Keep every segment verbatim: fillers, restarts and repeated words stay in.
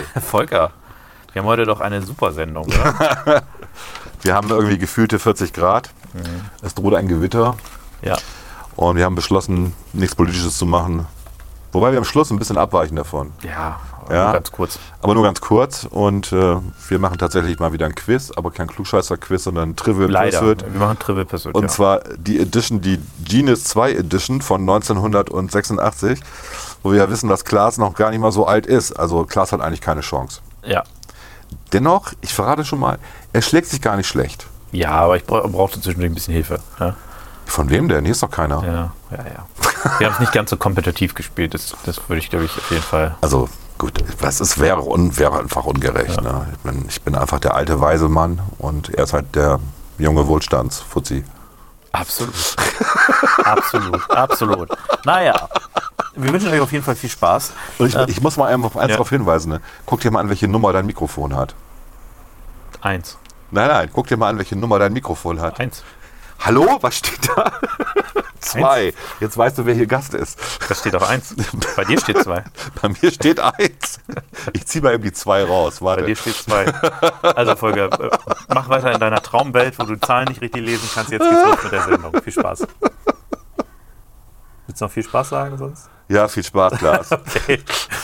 Volker, wir haben heute doch eine super Sendung, oder? Wir haben irgendwie gefühlte vierzig Grad. Mhm. Es droht ein Gewitter. Ja. Und wir haben beschlossen, nichts Politisches zu machen. Wobei wir am Schluss ein bisschen abweichen davon. Ja, aber ja, nur ganz kurz. Aber nur ganz kurz. Und äh, wir machen tatsächlich mal wieder ein Quiz, aber kein Klugscheißer-Quiz, sondern ein Trivial Leider. Pursuit. Wir machen Trivial Pursuit, Und ja. zwar die Edition, die Genius zwei Edition von neunzehnhundertsechsundachtzig, wo wir ja wissen, dass Klaas noch gar nicht mal so alt ist. Also Klaas hat eigentlich keine Chance. Ja. Dennoch, ich verrate schon mal, er schlägt sich gar nicht schlecht. Ja, aber ich bra- brauchte zwischendurch ein bisschen Hilfe. Ja, Von wem denn? Hier ist doch keiner. ja, ja. ja. Wir haben es nicht ganz so kompetitiv gespielt. Das, das würde ich, glaube ich, auf jeden Fall... Also gut, was es wäre, un, wäre einfach ungerecht. Ja. Ne? Ich, bin, ich bin einfach der alte, weise Mann und er ist halt der junge Wohlstandsfuzzi. Absolut. absolut, absolut. Naja, wir wünschen euch auf jeden Fall viel Spaß. Und ich, Äh, ich muss mal einfach eins ja. darauf hinweisen. Ne? Guck dir mal an, welche Nummer dein Mikrofon hat. Eins. Nein, nein, guck dir mal an, welche Nummer dein Mikrofon hat. Eins. Hallo? Was steht da? Zwei. Jetzt weißt du, wer hier Gast ist. Da steht auch eins. Bei dir steht zwei. Bei mir steht eins. Ich ziehe mal eben die zwei raus. Warte. Bei dir steht zwei. Also Volker, äh, mach weiter in deiner Traumwelt, wo du Zahlen nicht richtig lesen kannst. Jetzt geht's los mit der Sendung. Viel Spaß. Willst du noch viel Spaß sagen sonst? Ja, viel Spaß, Klaas. Okay.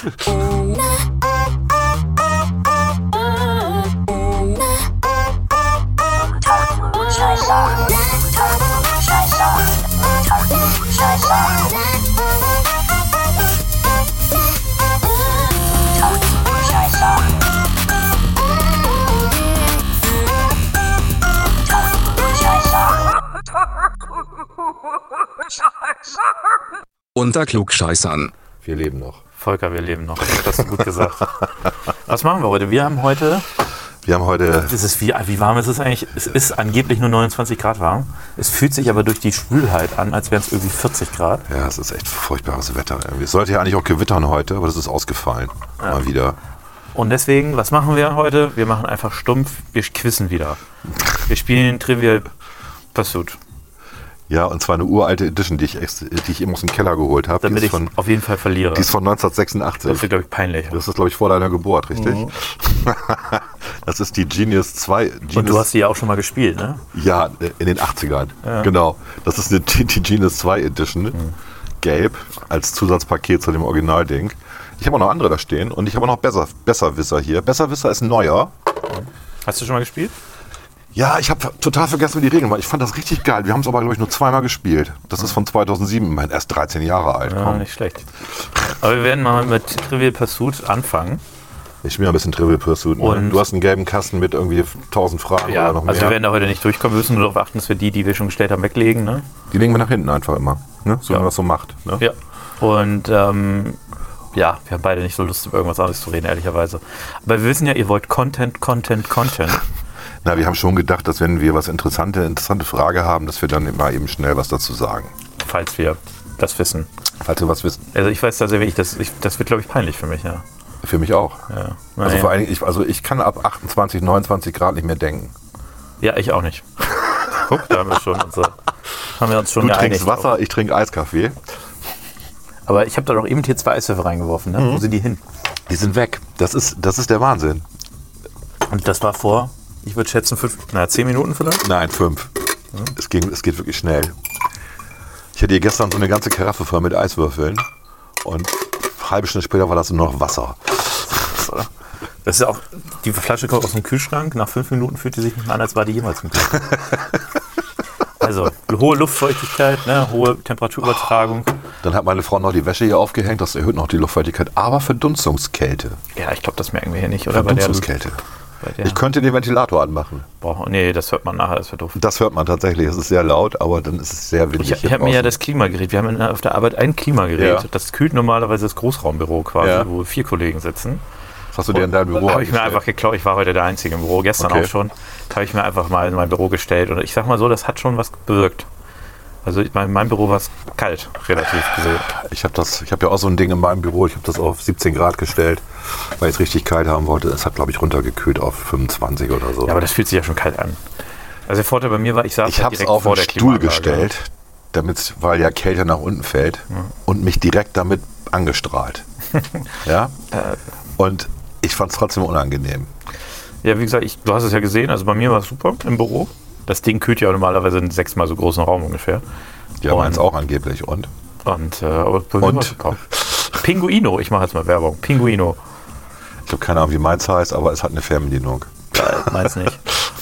Unter Klugscheißern. Wir leben noch. Volker, wir leben noch. Das hast du gut gesagt. Was machen wir heute? Wir haben heute... Wir haben heute... Es ist wie, wie warm ist es eigentlich? Es ist angeblich nur neunundzwanzig Grad warm. Es fühlt sich aber durch die Schwülheit an, als wären es irgendwie vierzig Grad. Ja, es ist echt furchtbares Wetter. Irgendwie. Es sollte ja eigentlich auch gewittern heute, aber das ist ausgefallen. Ja. Mal wieder. Und deswegen, was machen wir heute? Wir machen einfach stumpf, wir quizzen wieder. Wir spielen Trivial Pursuit. Ja, und zwar eine uralte Edition, die ich, ex- die ich eben aus dem Keller geholt habe. Damit die, ich ist von- auf jeden Fall verliere. die ist von neunzehnhundertsechsundachtzig. Das wird, glaube ich, peinlich. Das ist, glaube ich, vor deiner Geburt, richtig? Mhm. Das ist die Genius zwei. Genius, Und du hast die ja auch schon mal gespielt, ne? Ja, in den achtzigern. Ja. Genau. Das ist eine, die, die Genius zwei Edition. Mhm. Gelb, als Zusatzpaket zu dem Originalding. Ich habe auch noch andere da stehen und ich habe auch noch Besser, Besserwisser hier. Besserwisser ist neuer. Hast du schon mal gespielt? Ja, ich habe total vergessen, wie die Regeln waren. Ich fand das richtig geil. Wir haben es aber, glaube ich, nur zweimal gespielt. Das ist von zweitausendsieben, immerhin erst dreizehn Jahre alt. Ja, Komm. nicht schlecht. Aber wir werden mal mit Trivial Pursuit anfangen. Ich spiele ein bisschen Trivial Pursuit. Ne? Und- Du hast einen gelben Kasten mit irgendwie tausend Fragen Ja, oder noch mehr. also wir werden da heute nicht durchkommen. Wir müssen nur darauf achten, dass wir die, die wir schon gestellt haben, weglegen. Ne? Die legen wir nach hinten einfach immer. Ne? So wie Ja. man das so macht. Ne? Ja. Und ähm, ja, wir haben beide nicht so Lust, über irgendwas anderes zu reden, ehrlicherweise. Aber wir wissen ja, ihr wollt Content, Content, Content. Na, wir haben schon gedacht, dass wenn wir was interessante, interessante Frage haben, dass wir dann immer eben schnell was dazu sagen. Falls wir das wissen. Falls wir was wissen. Also ich weiß tatsächlich, das, ich, das wird, glaube ich, peinlich für mich, ja. Für mich auch. Ja, Also Naja. vor allen Dingen, ich, also ich kann ab achtundzwanzig, neunundzwanzig Grad nicht mehr denken. Ja, ich auch nicht. Guck, da haben wir schon unser, haben wir uns schon Du geeinigt. trinkst Wasser, ich trinke Eiskaffee. Aber ich habe da doch eben hier zwei Eiswürfel reingeworfen, ne? Mhm. Wo sind die hin? Die sind weg. Das ist, das ist der Wahnsinn. Und das war vor, ich würde schätzen, fünf, na, zehn Minuten vielleicht? Nein, fünf. Es, ging, es geht wirklich schnell. Ich hatte hier gestern so eine ganze Karaffe voll mit Eiswürfeln und eine halbe Stunde später war das nur noch Wasser. Das ist auch, die Flasche kommt aus dem Kühlschrank. Nach fünf Minuten fühlt die sich nicht mehr an, als war die jemals im Kühlschrank. Also, hohe Luftfeuchtigkeit, ne, hohe Temperaturübertragung. Dann hat meine Frau noch die Wäsche hier aufgehängt, das erhöht noch die Luftfeuchtigkeit, aber Verdunstungskälte. Ja, ich glaube, das merken wir hier nicht, oder? Bei der, Verdunstungskälte. bei der Ich könnte den Ventilator anmachen. Boah, nee, das hört man nachher, das wird doof. Das hört man tatsächlich, es ist sehr laut, aber dann ist es sehr windig. Ich, ich hier habe mir ja draußen. das Klimagerät, wir haben in, auf der Arbeit ein Klimagerät, Ja. das kühlt normalerweise das Großraumbüro quasi, Ja. wo vier Kollegen sitzen. Was hast du dir in deinem Büro Habe ich mir eingestellt? einfach geklaut, ich war heute der Einzige im Büro, gestern Okay. auch schon, habe ich mir einfach mal in mein Büro gestellt und ich sag mal so, das hat schon was bewirkt. Also ich mein, mein Büro war es kalt, relativ gesehen. Ich habe das, ich habe ja auch so ein Ding in meinem Büro, ich habe das auf siebzehn Grad gestellt, weil ich es richtig kalt haben wollte. Es hat, glaube ich, runtergekühlt auf fünfundzwanzig oder so. Ja, aber das fühlt sich ja schon kalt an. Also der Vorteil bei mir war, ich saß ich halt habe es direkt auf vor den der Stuhl Klimaanlage. gestellt, damit, weil ja Kälte nach unten fällt und mich direkt damit angestrahlt. Ja? Und ich ich fand es trotzdem unangenehm. Ja, wie gesagt, ich, du hast es ja gesehen, also bei mir war es super im Büro. Das Ding kühlt ja normalerweise einen sechsmal so großen Raum ungefähr. Ja, meins auch angeblich. Und? Und, äh, aber bei mir Und? war's super. Pinguino, ich mache jetzt mal Werbung. Pinguino. Ich habe keine Ahnung, wie meins heißt, aber es hat eine Fernbedienung. Geil, meins nicht.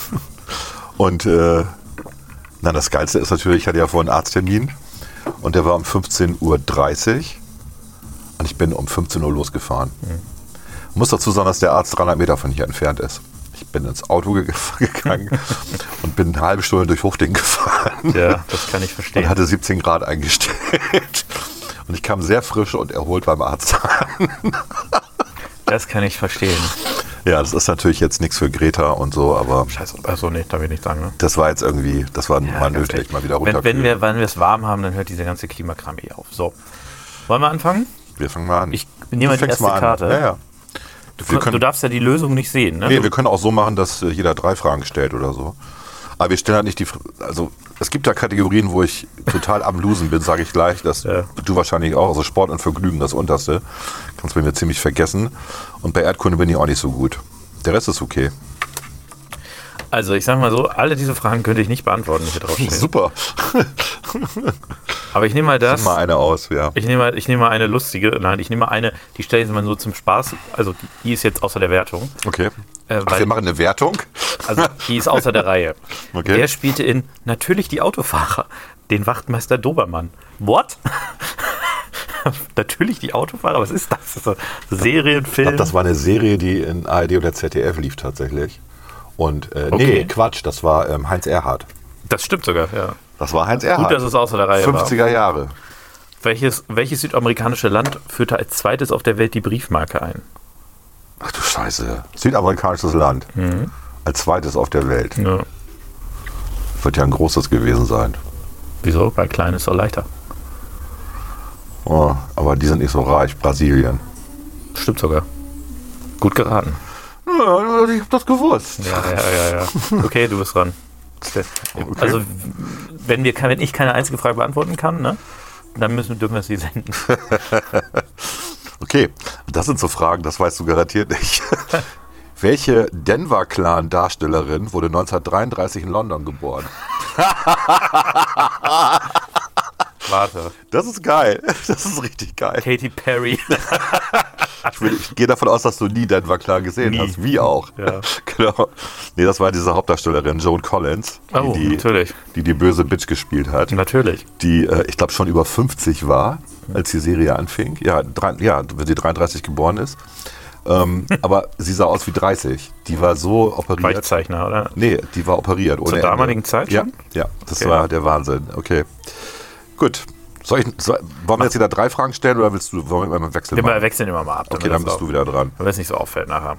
Und äh, na, das Geilste ist natürlich, ich hatte ja vorhin einen Arzttermin und der war um fünfzehn Uhr dreißig und ich bin um fünfzehn Uhr losgefahren. Mhm. Ich muss dazu sagen, dass der Arzt dreihundert Meter von hier entfernt ist. Ich bin ins Auto ge- gegangen und bin eine halbe Stunde durch Hochding gefahren. Ja, das kann ich verstehen. Und hatte siebzehn Grad eingestellt. Und ich kam sehr frisch und erholt beim Arzt an. Das kann ich verstehen. Ja, das ist natürlich jetzt nichts für Greta und so, aber Scheiße, achso, nee, darf ich nicht sagen, ne? das war jetzt irgendwie, das war Ja, mal ganz nötig, ehrlich. mal wieder Wenn, runterkühlen. wenn wir wenn wir es warm haben, dann hört diese ganze Klimakram eh auf. So, wollen wir anfangen? Wir fangen mal an. Ich nehme mal die fängst erste Karte. Ja, ja. Du, Wir du können- darfst ja die Lösung nicht sehen, ne? Nee, Du- wir können auch so machen, dass äh, jeder drei Fragen stellt oder so. Aber wir stellen halt nicht die, Fr- also es gibt da Kategorien, wo ich total am Losen bin, sage ich gleich. Das, Ja. Du wahrscheinlich auch, also Sport und Vergnügen, das Unterste. Kannst bei mir ziemlich vergessen. Und bei Erdkunde bin ich auch nicht so gut. Der Rest ist okay. Also, ich sag mal so, alle diese Fragen könnte ich nicht beantworten, die hier draufstehen. Super. Aber ich nehme mal das. Mal eine aus, ja. Ich nehme mal, ich nehme mal eine lustige, nein, ich nehme mal eine, die stelle ich jetzt mal so zum Spaß, also die, die ist jetzt außer der Wertung. Okay. Äh, Ach, weil- wir machen eine Wertung? Also die ist außer der Reihe. Okay. Der spielte in Natürlich die Autofahrer, den Wachtmeister Dobermann. What? Natürlich die Autofahrer? Was ist das? Das ist so Serien, Ich Film? glaube, das war eine Serie, die in A R D oder Z D F lief tatsächlich. Und äh, Okay. nee, Quatsch, das war ähm, Heinz Erhardt. Das stimmt sogar, ja. Das war Heinz Erhardt. Gut, dass es außer der Reihe war. fünfziger Jahre. Welches, welches südamerikanische Land führte als zweites auf der Welt die Briefmarke ein? Ach du Scheiße. Südamerikanisches Land. Mhm. Als zweites auf der Welt. Ja. Wird ja ein großes gewesen sein. Wieso? Weil klein ist doch leichter. Oh, aber die sind nicht so reich. Brasilien. Stimmt sogar. Gut geraten. Ja, ich hab das gewusst. Ja, ja, ja, ja. Okay, du bist dran. Also, wenn, wir, wenn ich keine einzige Frage beantworten kann, ne, dann müssen, dürfen wir sie senden. Okay, das sind so Fragen, das weißt du garantiert nicht. Welche Denver-Clan-Darstellerin wurde neunzehnhundertdreiunddreißig in London geboren? Warte. Das ist geil. Das ist richtig geil. Katy Perry. Ich, will, ich gehe davon aus, dass du nie Denver Clan gesehen Nie. hast. Wie auch. Ja. Genau. Nee, das war diese Hauptdarstellerin, Joan Collins, die, Oh, die, natürlich. die die böse Bitch gespielt hat. Natürlich. Die, äh, ich glaube, schon über fünfzig war, als die Serie anfing. Ja, drei, ja wenn sie dreiunddreißig geboren ist. Ähm, aber sie sah aus wie dreißig. Die war so operiert. Weichzeichner, oder? Nee, die war operiert. Ohne Zur Ende. damaligen Zeit Ja, schon? ja, das Okay. war der Wahnsinn. Okay, gut. Soll ich, soll, wollen wir jetzt wieder drei Fragen stellen oder willst du, wollen wir mal wechseln? Wir machen? wechseln immer mal ab. Okay, dann bist du wieder dran. Damit es nicht so auffällt nachher.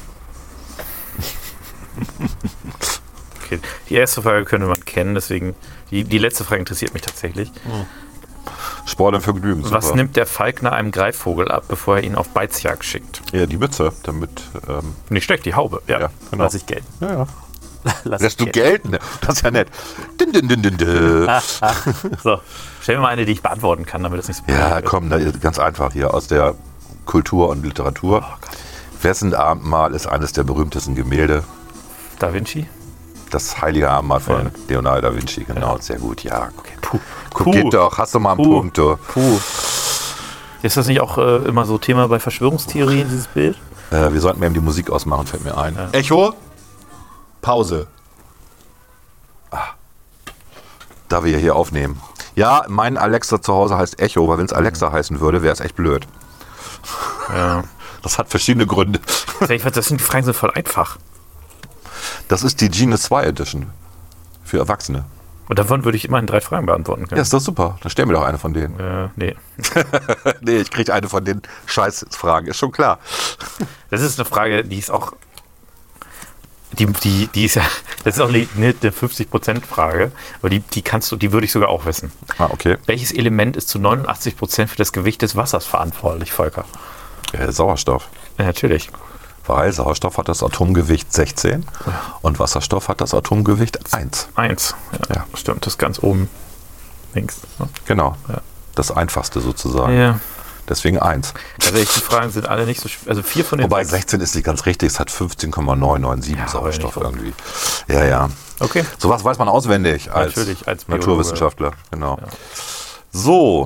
Okay, die erste Frage könnte man kennen, deswegen, die, die letzte Frage interessiert mich tatsächlich. Sport und Vergnügen. Was super. nimmt der Falkner einem Greifvogel ab, bevor er ihn auf Beizjagd schickt? Ja, die Mütze, damit. Ähm, Nicht steckt, die Haube. Ja, Ja, genau. lass ich gelten. ja, ja. Lass Lässt ich du gelten? Das ist ja nett. Din, din, din, din, din. So, stell mir mal eine, die ich beantworten kann, damit das nicht so Ja, wird. komm, da, ganz einfach hier aus der Kultur und Literatur. Wessen Abendmahl ist eines der berühmtesten Gemälde? Da Vinci? Das Heilige Abendmahl von Ja. Leonardo da Vinci. Genau, sehr gut. Ja, okay. Puh. Guck, geht doch. Hast du mal einen Puh. Punkt, du. Puh. Ist das nicht auch äh, immer so Thema bei Verschwörungstheorien, dieses Bild? Äh, wir sollten mehr die Musik ausmachen, fällt mir ein. Echo? Pause. Ah. Da wir hier aufnehmen. Ja, mein Alexa zu Hause heißt Echo, weil wenn es Alexa heißen würde, wäre es echt blöd. Ja. Das hat verschiedene Gründe. Das sind die Fragen sind voll einfach. Das ist die Genius zwei Edition. Für Erwachsene. Und davon würde ich immerhin drei Fragen beantworten Ja, können. ist doch super. Dann stell mir doch eine von denen. Äh, nee. Nee, ich kriege eine von den Scheißfragen, ist schon klar. Das ist eine Frage, die ist auch. Die, die, die ist ja. Das ist auch eine, eine fünfzig Prozent Frage. Aber die, die kannst du, die würde ich sogar auch wissen. Ah, okay. Welches Element ist zu neunundachtzig Prozent für das Gewicht des Wassers verantwortlich, Volker? Äh, Sauerstoff. Ja, natürlich. Weil Sauerstoff hat das Atomgewicht sechzehn und Wasserstoff hat das Atomgewicht eins. Eins. Ja, Ja. stimmt. Das ist ganz oben links. Ne? Genau. Ja. Das Einfachste sozusagen. Ja. Deswegen eins. Also die Fragen sind alle nicht so schwer. Also vier von den Wobei sechs. sechzehn ist nicht ganz richtig, es hat fünfzehn Komma neun neun sieben Ja, Sauerstoff aber nicht irgendwie. Ja, ja. Okay. Sowas weiß man auswendig als, Natürlich, als Biologe. Naturwissenschaftler. Genau. Ja. So.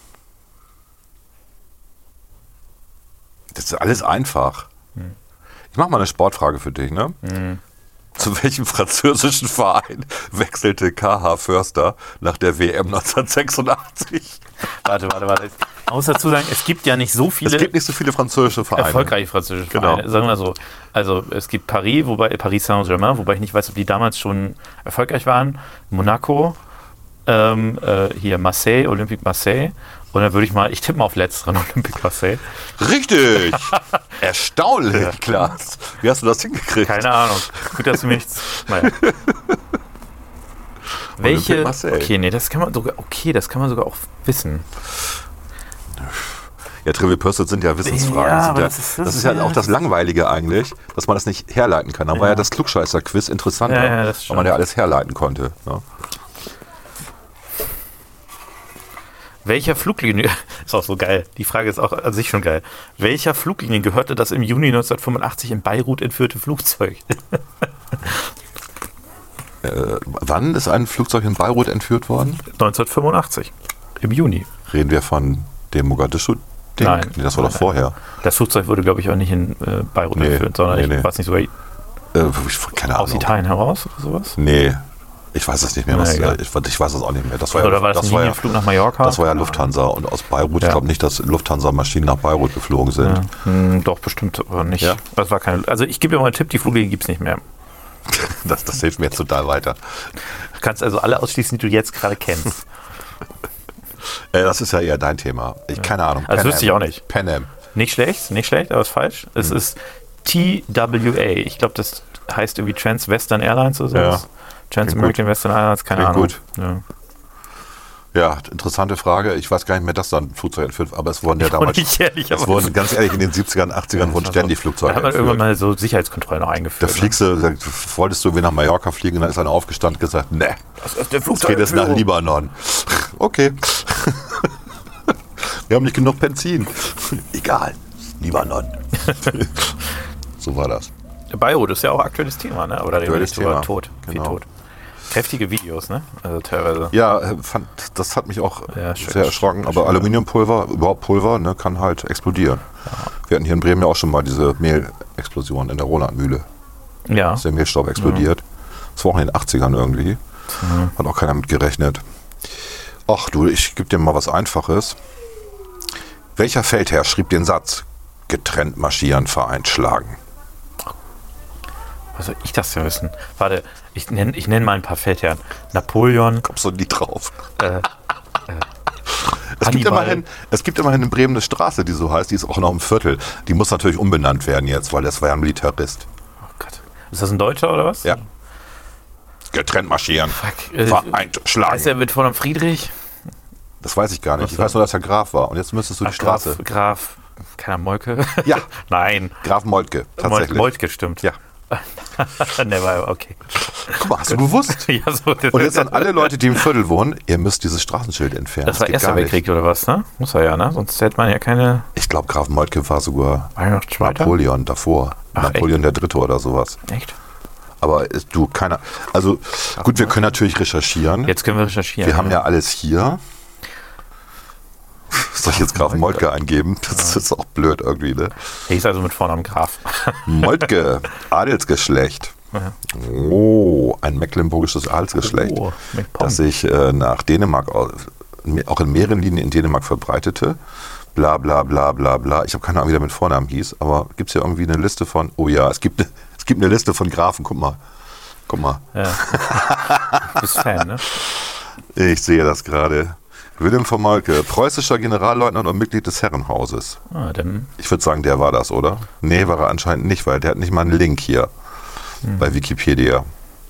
Das ist alles einfach. Hm. Ich mache mal eine Sportfrage für dich, ne? Hm. Zu welchem französischen Verein wechselte K H Förster nach der W M neunzehnhundertsechsundachtzig? Warte, warte, warte. Ich muss dazu sagen, es gibt ja nicht so viele Es gibt nicht so viele französische Vereine. erfolgreiche französische Genau. Vereine. Sagen wir so. Also es gibt Paris, wobei Paris Saint-Germain, wobei ich nicht weiß, ob die damals schon erfolgreich waren. Monaco, ähm, äh, hier Marseille, Olympique Marseille. Und dann würde ich mal, ich tippe mal auf letzteren, Olympique Marseille. Richtig! Erstaunlich, Klaas. Wie hast du das hingekriegt? Keine Ahnung. Gut, dass du mir nichts. Naja. Welche? Marseille. Okay, nee, das kann man sogar. Okay, das kann man sogar auch wissen. Ja, Trivial Pursuit sind ja Wissensfragen. Ja, Sind aber ja, das ist- das, das ist ist ja ja- auch das Langweilige eigentlich, dass man das nicht herleiten kann. Dann war Ja. ja das Klugscheißer-Quiz interessanter, Ja, ja, das weil man stimmt. ja alles herleiten konnte. Ne? Welcher Fluglinie, ist auch so geil, die Frage ist auch an sich schon geil. Welcher Fluglinie gehörte das im Juni neunzehnhundertfünfundachtzig in Beirut entführte Flugzeug? Äh, wann ist ein Flugzeug in Beirut entführt worden? neunzehnhundertfünfundachtzig, im Juni. Reden wir von dem Mogadischu-Ding? Nein. Nee, das war Nein, doch vorher. Das Flugzeug wurde, glaube ich, auch nicht in äh, Beirut Nee, entführt, sondern nee, ich nee. weiß nicht sogar Äh, ich, keine aus Ahnung. Italien heraus oder sowas. Nee, ich weiß es nicht mehr. Na, Was, egal. äh, ich, ich weiß es auch nicht mehr. Das war Oder ja, war das, das ein war ja, Linienflug nach Mallorca? das war ja Lufthansa und aus Beirut. Ja. Ich glaube nicht, dass Lufthansa-Maschinen nach Beirut geflogen sind. Ja. Hm, doch, bestimmt, aber nicht. Ja? Das war keine, also ich gebe dir mal einen Tipp, die Fluglinie gibt es nicht mehr. Das, das hilft mir jetzt total weiter. Du kannst also alle ausschließen, die du jetzt gerade kennst. Äh, das ist ja eher dein Thema. Ich keine Ahnung. Also Pan wüsste ich Am. auch nicht. Pan Am. Nicht schlecht, nicht schlecht, aber ist falsch. Hm. Es ist T W A. Ich glaube, das heißt irgendwie Trans-Western Airlines oder sowas. Ja. Trans-American Western Airlines, keine Klingt Ahnung. gut. Ja. Ja, interessante Frage. Ich weiß gar nicht mehr, dass da ein Flugzeug entführt, aber es wurden ja damals. nicht ehrlich, es aber wurden, ganz ehrlich, in den siebzigern, achtzigern wurden ständig Da Flugzeuge hat man entführt. irgendwann mal so Sicherheitskontrollen noch eingeführt. Da fliegst du, da wolltest du irgendwie nach Mallorca fliegen, und dann ist einer aufgestanden und gesagt, ne, Das ist der jetzt geht es nach Libanon. Okay. Wir haben nicht genug Benzin. Egal. Libanon. So war das. Beirut ist ja auch aktuelles Thema, ne? Oder Aktuelles sogar Thema. tot. Viel Genau. tot. Kräftige Videos, ne? Also teilweise. Ja, äh, fand, das hat mich auch Ja, schön, sehr erschrocken. schön, Aber schön. Aluminiumpulver, überhaupt Pulver, ne, kann halt explodieren. Wir hatten hier in Bremen ja auch schon mal diese Mehlexplosion in der Rolandmühle. Ja. Ist der Mehlstaub explodiert. Das war auch in den achtzigern irgendwie. Hat auch keiner mit gerechnet. Ach du, ich gebe dir mal was Einfaches. Welcher Feldherr schrieb den Satz, getrennt marschieren, vereint schlagen? Was soll ich das denn wissen? Warte, ich nenne ich nenn mal ein paar Feldherren. Napoleon, Kommst du nie drauf? äh, äh, Es gibt, Hannibal. immerhin, es gibt immerhin in Bremen eine Straße, die so heißt, die ist auch noch im Viertel. Die muss natürlich umbenannt werden jetzt, weil das war ja ein Militarist. Oh Gott. Ist das ein Deutscher oder was? Ja. Getrennt marschieren, Fuck. Äh, vereint schlagen. heißt er mit Vornamen Friedrich? Das weiß ich gar nicht. Ach Ich so. weiß nur, dass er Graf war. Und jetzt müsstest du die Ach, Straße. Graf, Graf, keiner Molke? Ja. Nein. Graf Moltke, Mol- tatsächlich. Moltke stimmt. Ja. Never, okay. Guck mal, hast du gewusst? Ja, so, das, Und jetzt an alle Leute, die im Viertel wohnen, ihr müsst dieses Straßenschild entfernen. das war geht Erster gar nicht. Weltkrieg oder was, ne? Muss er ja, ne? Sonst hätte man ja keine. Ich glaube, Graf Moltke war sogar War ja noch Zweiter? Napoleon davor. Ach, Napoleon der Dritte oder sowas. Echt? Aber ist, du, keiner. Also, gut, wir können natürlich recherchieren. Jetzt können wir recherchieren. Wir haben ja alles hier. Soll ich jetzt Graf Moltke eingeben? Das ist auch blöd irgendwie, ne? Er hieß also mit Vornamen Graf. Moltke, Adelsgeschlecht. Oh, ein mecklenburgisches Adelsgeschlecht, Oh, MacPom. das sich äh, nach Dänemark, au- auch in mehreren Linien in Dänemark verbreitete. Bla bla bla bla bla. Ich habe keine Ahnung, wie der mit Vornamen hieß, aber gibt es hier irgendwie eine Liste von, oh ja, es gibt, es gibt eine Liste von Grafen, guck mal. Guck mal, Ja. Du bist Fan, ne? ich sehe das gerade. Wilhelm von Moltke, preußischer Generalleutnant und Mitglied des Herrenhauses. Ah, dann. Ich würde sagen, der war das, oder? Nee, war er anscheinend nicht, weil der hat nicht mal einen Link hier bei Wikipedia.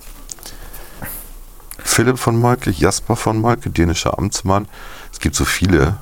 Philipp von Moltke, Jasper von Moltke, dänischer Amtsmann. Es gibt so viele.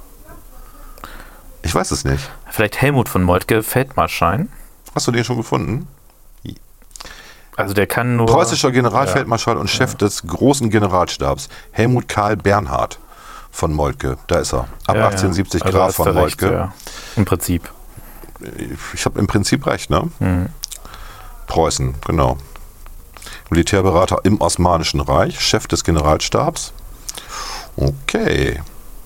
Ich weiß es nicht. Vielleicht Helmut von Moltke, Feldmarschall. Hast du den schon gefunden? Also der kann nur. Preußischer Generalfeldmarschall und Chef des großen Generalstabs, Helmut Karl Bernhard. von Moltke. Da ist er. Ab Ja, achtzehnhundert siebzig ja. Also Graf hast von du recht, Moltke. ja. Im Prinzip. Ich habe im Prinzip recht, ne? Mhm. Preußen, genau. Militärberater im Osmanischen Reich, Chef des Generalstabs. Okay.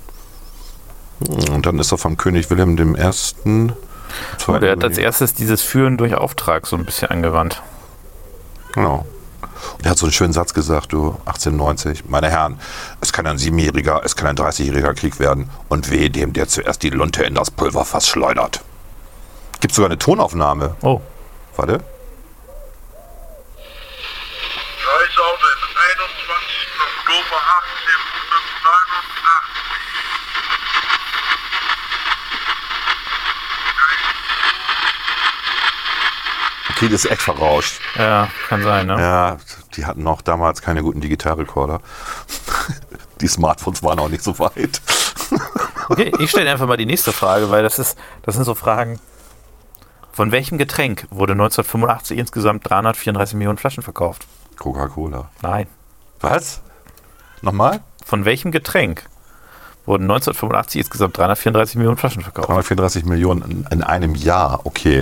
Und dann ist er vom König Wilhelm der Erste. Und er hat als erstes dieses Führen durch Auftrag so ein bisschen angewandt. Genau. Und er hat so einen schönen Satz gesagt, du, achtzehnhundertneunzig, meine Herren, es kann ein siebenjähriger, es kann ein dreißigjähriger Krieg werden und wehe dem, der zuerst die Lunte in das Pulverfass schleudert. Gibt sogar eine Tonaufnahme. Oh. Warte. Kaiserslautern, einundzwanzigsten Oktober achtzehnhundertneunundachtzig. Okay, das ist echt verrauscht. Ja, kann sein, ne? Ja, die hatten noch damals keine guten Digitalrekorder. Die Smartphones waren auch nicht so weit. Okay, ich stelle einfach mal die nächste Frage, weil das ist, das sind so Fragen. Von welchem Getränk wurde neunzehnhundertfünfundachtzig insgesamt dreihundertvierunddreißig Millionen Flaschen verkauft? Coca-Cola. Nein. Was? Nochmal? Von welchem Getränk wurden neunzehnhundertfünfundachtzig insgesamt dreihundertvierunddreißig Millionen Flaschen verkauft? dreihundertvierunddreißig Millionen in, in einem Jahr, okay.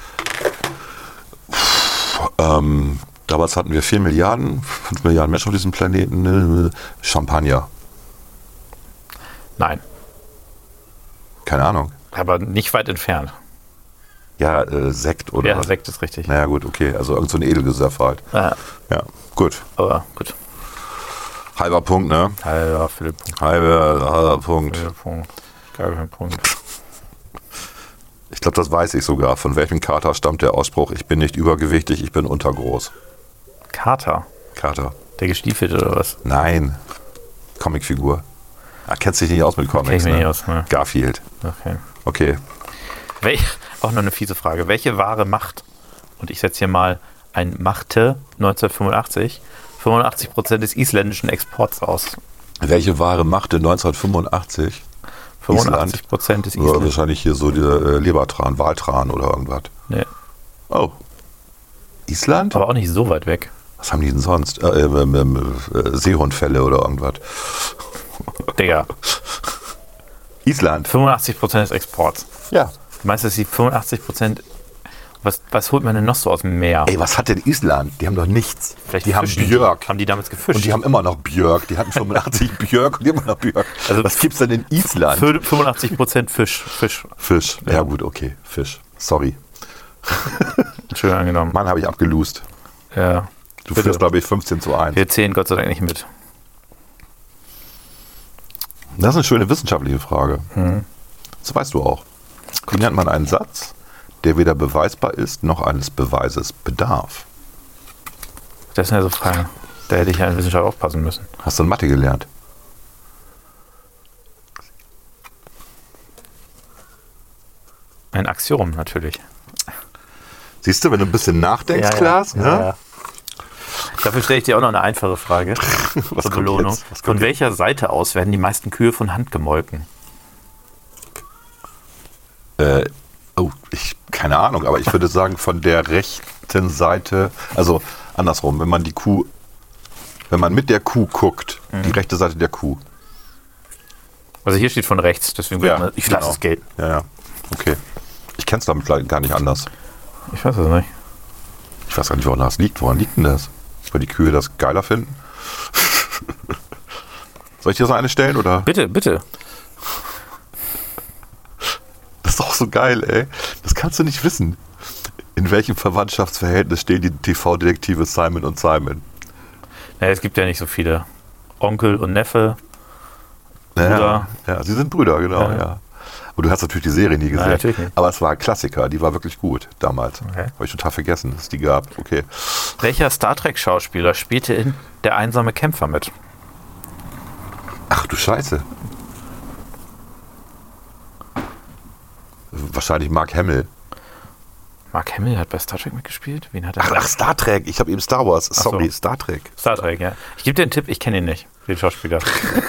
Puh, ähm, damals hatten wir vier Milliarden, fünf Milliarden Menschen auf diesem Planeten. Champagner. Nein, Keine Ahnung. aber nicht weit entfernt. Ja, äh, Sekt oder Ja, was? Sekt ist richtig. Naja gut, okay. Also irgend so ein Edelgesöff halt. Ja, Ja, gut. aber gut. Halber Punkt, ne? Halber Philipp-Punkt. Halber, halber Punkt. Philipp-Punkt. Gar kein Punkt. Ich glaube, das weiß ich sogar. Von welchem Kater stammt der Ausspruch, ich bin nicht übergewichtig, ich bin untergroß? Kater. Kater. Der Gestiefelte oder was? Nein. Comicfigur. Ah, kennst dich nicht aus mit Comics, Kenn ich mich ne? nicht aus, ne? Garfield. Okay. Okay. Wel auch noch eine fiese Frage. Welche Ware macht, und ich setze hier mal ein machte neunzehnhundertfünfundachtzig, fünfundachtzig Prozent des isländischen Exports aus? Welche Ware machte neunzehnhundertfünfundachtzig? fünfundachtzig Prozent des Ja, Island. wahrscheinlich hier so der äh, Lebertran, Waltran oder irgendwas. Nee, Oh. Island? aber auch nicht so weit weg. Was haben die denn sonst? Äh, äh, äh, äh, Seehundfälle oder irgendwas. Digga, Island. fünfundachtzig Prozent des Exports. Ja. Du meinst, dass die fünfundachtzig Prozent, was, was holt man denn noch so aus dem Meer? Ey, was hat denn Island? Die haben doch nichts. Vielleicht die haben fischen. Björk. Haben die damals gefischt? Und die haben immer noch Björk. Die hatten fünfundachtzig Björk und die haben immer noch Björk. Also was gibt's denn in Island? Fü- fünfundachtzig Prozent Fisch. Fisch. Fisch. Ja. Ja. gut, okay. Fisch. Sorry. Schön angenommen. Mann, habe ich abgelost. Ja. Du Bitte. führst, glaube ich, fünfzehn zu eins. Wir zählen Gott sei Dank nicht mit. Das ist eine schöne wissenschaftliche Frage. Mhm. Das weißt du auch. Wie nennt man einen Satz, der weder beweisbar ist, noch eines Beweises bedarf? Das sind ja so Fragen. Da hätte ich ja in Wissenschaft aufpassen müssen. Hast du in Mathe gelernt? Ein Axiom natürlich. Siehst du, wenn du ein bisschen nachdenkst, Ja, Klaas, ja, ne? ja, ja. Dafür stelle ich dir auch noch eine einfache Frage Was zur kommt Belohnung. jetzt? Was Von kommt welcher Seite aus werden die meisten Kühe von Hand gemolken? Äh, oh, ich, keine Ahnung, aber ich würde sagen, von der rechten Seite, also andersrum, wenn man die Kuh, wenn man mit der Kuh guckt, Mhm. die rechte Seite der Kuh. Also hier steht von rechts, deswegen wird man, ich lasse genau. es gelten. Ja, ja, okay. Ich kenne es damit gar nicht anders. Ich weiß es nicht. Ich weiß gar nicht, woran das liegt. Woran liegt denn das? Weil die Kühe das geiler finden? Soll ich dir so eine stellen, oder? Bitte, bitte. Das ist doch so geil, ey. Das kannst du nicht wissen. In welchem Verwandtschaftsverhältnis stehen die T V-Detektive Simon und Simon? Naja, es gibt ja nicht so viele. Onkel und Neffe. Ja, Brüder. ja, sie sind Brüder, genau, ja. Ja. Und du hast natürlich die Serie nie gesehen. natürlich nicht. Aber es war ein Klassiker, die war wirklich gut damals. Okay. Habe ich total vergessen, dass es die gab. Okay. Welcher Star Trek-Schauspieler spielte in Der einsame Kämpfer mit? Ach du Scheiße. Wahrscheinlich Mark Hamill. Mark Hamill hat bei Star Trek mitgespielt? Wen hat er? Ach, ach Star Trek. Ich habe eben Star Wars. Ach so. Sorry, Star Trek. Star Trek, ja. Ich gebe dir einen Tipp, ich kenne ihn nicht, den Schauspieler.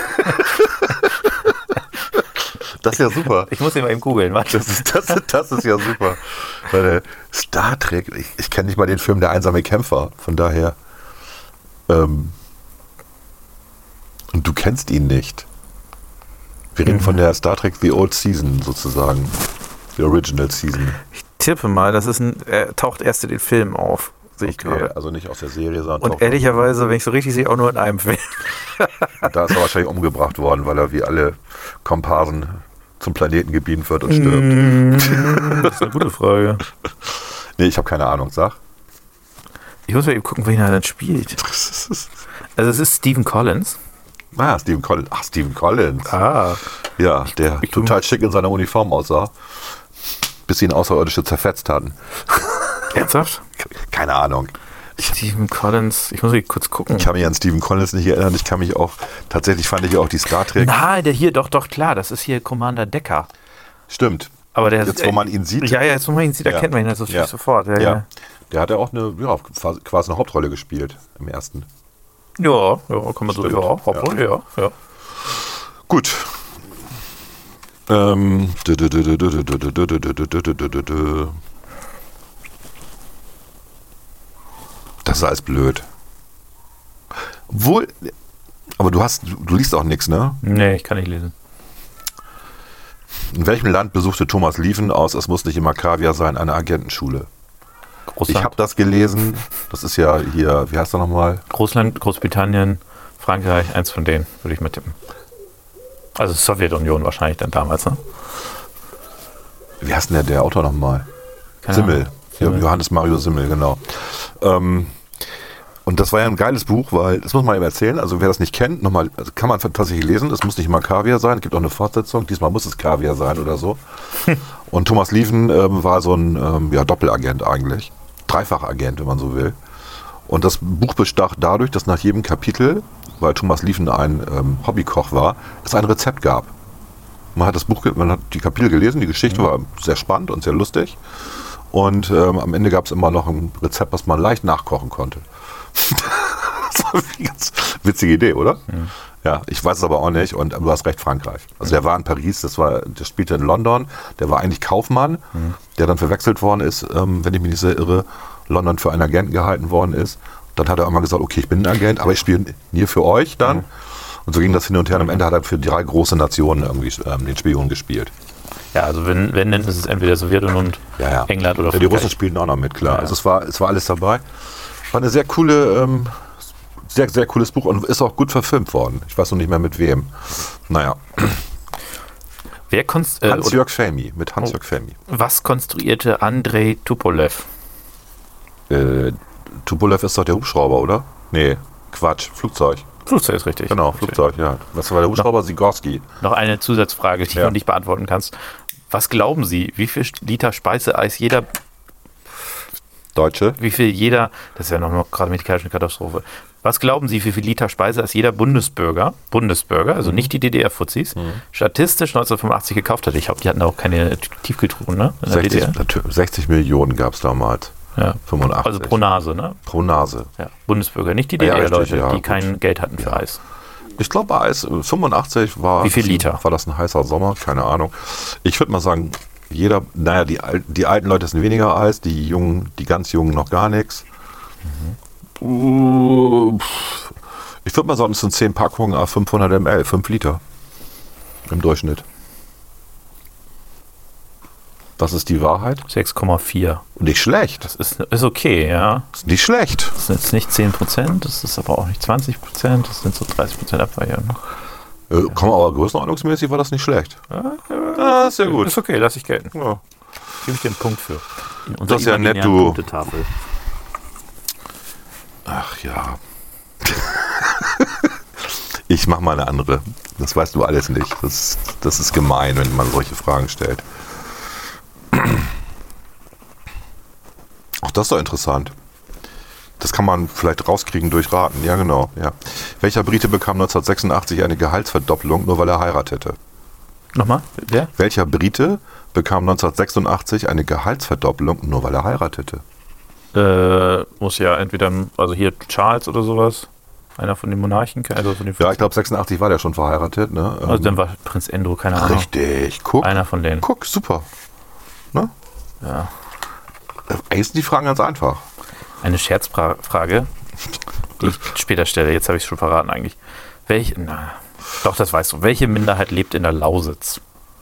Das ist ja super. Ich muss ihn mal eben googeln, warte. Das ist, das, das ist ja super. Weil, äh, Star Trek, ich, ich kenne nicht mal den Film Der einsame Kämpfer. Von daher. Ähm, und du kennst ihn nicht. Wir reden von der Star Trek The Old Season sozusagen. Die Original Season. Ich tippe mal, das ist ein, er taucht erst in den Film auf. Sehe ich Okay, gerade. also nicht aus der Serie, sondern Und taucht- ehrlicherweise, wenn ich so richtig sehe, auch nur in einem Film. da ist er wahrscheinlich umgebracht worden, weil er wie alle Komparsen zum Planeten gebeamt wird und stirbt. Das ist eine gute Frage. Nee, ich habe keine Ahnung, sag. Ich muss mal eben gucken, wen er dann spielt. Also es ist Stephen Collins. Ah, Stephen Collins. Ach, Stephen Collins. Ah. Ja, der ich- total schick in seiner Uniform aussah, bis sie ihn Außerirdische zerfetzt hatten. Ernsthaft? Keine Ahnung. Stephen Collins, ich muss mal kurz gucken. Ich kann mich an Stephen Collins nicht erinnern. Ich kann mich auch, tatsächlich fand ich auch die Star Trek. Na, der hier, doch, doch, klar, das ist hier Commander Decker. Stimmt. Aber der Jetzt, wo man ihn sieht. Ja, ja, jetzt, wo man ihn sieht, Ja. erkennt man ihn also Ja. sofort. Ja, Ja. ja. Der hat ja auch eine, ja, quasi eine Hauptrolle gespielt im ersten. Ja, ja, kann man so, Stimmt. ja, Hauptrolle, ja, ja. Gut. Ähm. Das ist alles blöd. Wohl. Aber du hast, du liest auch nichts, ne? Nee, ich kann nicht lesen. In welchem Land besuchte Thomas Lieven aus Es muss nicht immer Kaviar sein, eine Agentenschule? Russland, Ich habe das gelesen. Das ist ja hier, wie heißt er nochmal? Russland, Großbritannien, Frankreich, eins von denen, würde ich mal tippen. Also Sowjetunion wahrscheinlich dann damals, ne? Wie heißt denn der, der Autor nochmal? Keine Simmel. Ahnung. Ja, Simmel. Johannes Mario Simmel, genau. Ähm, und das war ja ein geiles Buch, weil, das muss man eben erzählen, also wer das nicht kennt, nochmal, also kann man tatsächlich lesen, es muss nicht immer Kaviar sein, es gibt auch eine Fortsetzung, diesmal muss es Kaviar sein oder so. Und Thomas Lieven ähm, war so ein ähm, ja, Doppelagent eigentlich, Dreifachagent, wenn man so will. Und das Buch bestach dadurch, dass nach jedem Kapitel, weil Thomas Lieven ein ähm, Hobbykoch war, es ein Rezept gab. Man hat das Buch, ge- man hat die Kapitel gelesen, die Geschichte war sehr spannend und sehr lustig. Und ähm, am Ende gab es immer noch ein Rezept, was man leicht nachkochen konnte. Das war eine ganz witzige Idee, oder? Mhm. Ja, ich weiß es aber auch nicht. Und du hast recht, Frankreich. Also der war in Paris, das war, der spielte in London. Der war eigentlich Kaufmann, Mhm. der dann verwechselt worden ist, ähm, wenn ich mich nicht sehr irre, London für einen Agenten gehalten worden ist. Dann hat er immer gesagt, okay, ich bin ein Agent, aber ich spiele nie für euch dann. Mhm. Und so ging das hin und her. Und am Ende hat er für drei große Nationen irgendwie ähm, den Spion gespielt. Ja, also wenn, wenn, dann ist es entweder Sowjetunion und Ja, ja. England oder Ja, die Frankreich. Russen spielten auch noch mit, klar. Ja. Also es war, es war alles dabei. War eine sehr coole, ähm, sehr, sehr cooles Buch und ist auch gut verfilmt worden. Ich weiß noch nicht mehr mit wem. Naja, Wer konst, äh, oder Hans-Jörg Fehmy, mit Hans-Jörg Fehmy. was konstruierte Andrei Tupolev? Äh, Tupolev ist doch der Hubschrauber, oder? Nee, Quatsch, Flugzeug. Flugzeug ist richtig. Genau, Richtig. Flugzeug, ja. Was war der Hubschrauber? Sigorski. Noch eine Zusatzfrage, die Ja. du nicht beantworten kannst. Was glauben Sie, wie viel Liter Speiseeis jeder, Deutsche. wie viel jeder, das ist ja noch mal gerade medikalische Katastrophe, was glauben Sie, wie viel Liter Speiseeis jeder Bundesbürger, Bundesbürger, also nicht die D D R-Fuzis, statistisch neunzehnhundertfünfundachtzig gekauft hatte? Ich glaube, die hatten auch keine Tiefkühltruhen, ne? In der sechzig, D D R. natür- sechzig Millionen gab es damals. Ja. fünfundachtzig. Also pro Nase, ne? Pro Nase. Ja. Bundesbürger, nicht die Ah, ja, D D R-Leute, richtig, ja, die gut. kein Geld hatten für Eis. Ich glaube, Eis, äh, fünfundachtzig war. Wie viel Liter? War das ein heißer Sommer? Keine Ahnung. Ich würde mal sagen, jeder, naja, die, Al- die alten Leute essen weniger Eis, die Jungen, die ganz Jungen noch gar nichts. Uh, pff. Ich würde mal sagen, es sind zehn Packungen, a fünfhundert Milliliter, fünf Liter im Durchschnitt. Das ist die Wahrheit. sechs Komma vier. Nicht schlecht. Das ist, ist okay, ja. Ist nicht schlecht. Das sind jetzt nicht zehn Prozent, das ist aber auch nicht zwanzig Prozent, das sind so dreißig Prozent Abweichung. Äh, komm, aber größenordnungsmäßig war das nicht schlecht. Ah, ist ja gut. Ist okay, lass ich gelten. Ja. Gebe ich dir einen Punkt für. In unserer Das ist ja nett, imaginären du. Punktetafel. Ach ja. Ich mache mal eine andere. Das weißt du alles nicht. Das, das ist gemein, wenn man solche Fragen stellt. Auch das ist doch interessant. Das kann man vielleicht rauskriegen durch Raten. Ja, genau. Ja. Welcher Brite bekam neunzehnhundertsechsundachtzig eine Gehaltsverdoppelung, nur weil er heiratete? Nochmal, wer? Welcher Brite bekam neunzehnhundertsechsundachtzig eine Gehaltsverdoppelung, nur weil er heiratete? Äh, muss ja entweder, also hier Charles oder sowas, einer von den Monarchen, also von den Ja, ich glaube sechsundachtzig war der schon verheiratet. Ne? Also dann war Prinz Endro, keine Ahnung. Richtig. Guck. Einer von denen. Guck, super. Ne? Ja. Eigentlich sind die Fragen ganz einfach. Eine Scherzfrage, die ich später stelle. Jetzt habe ich es schon verraten eigentlich. Welch, na, Doch, das weißt du. Welche Minderheit lebt in der Lausitz?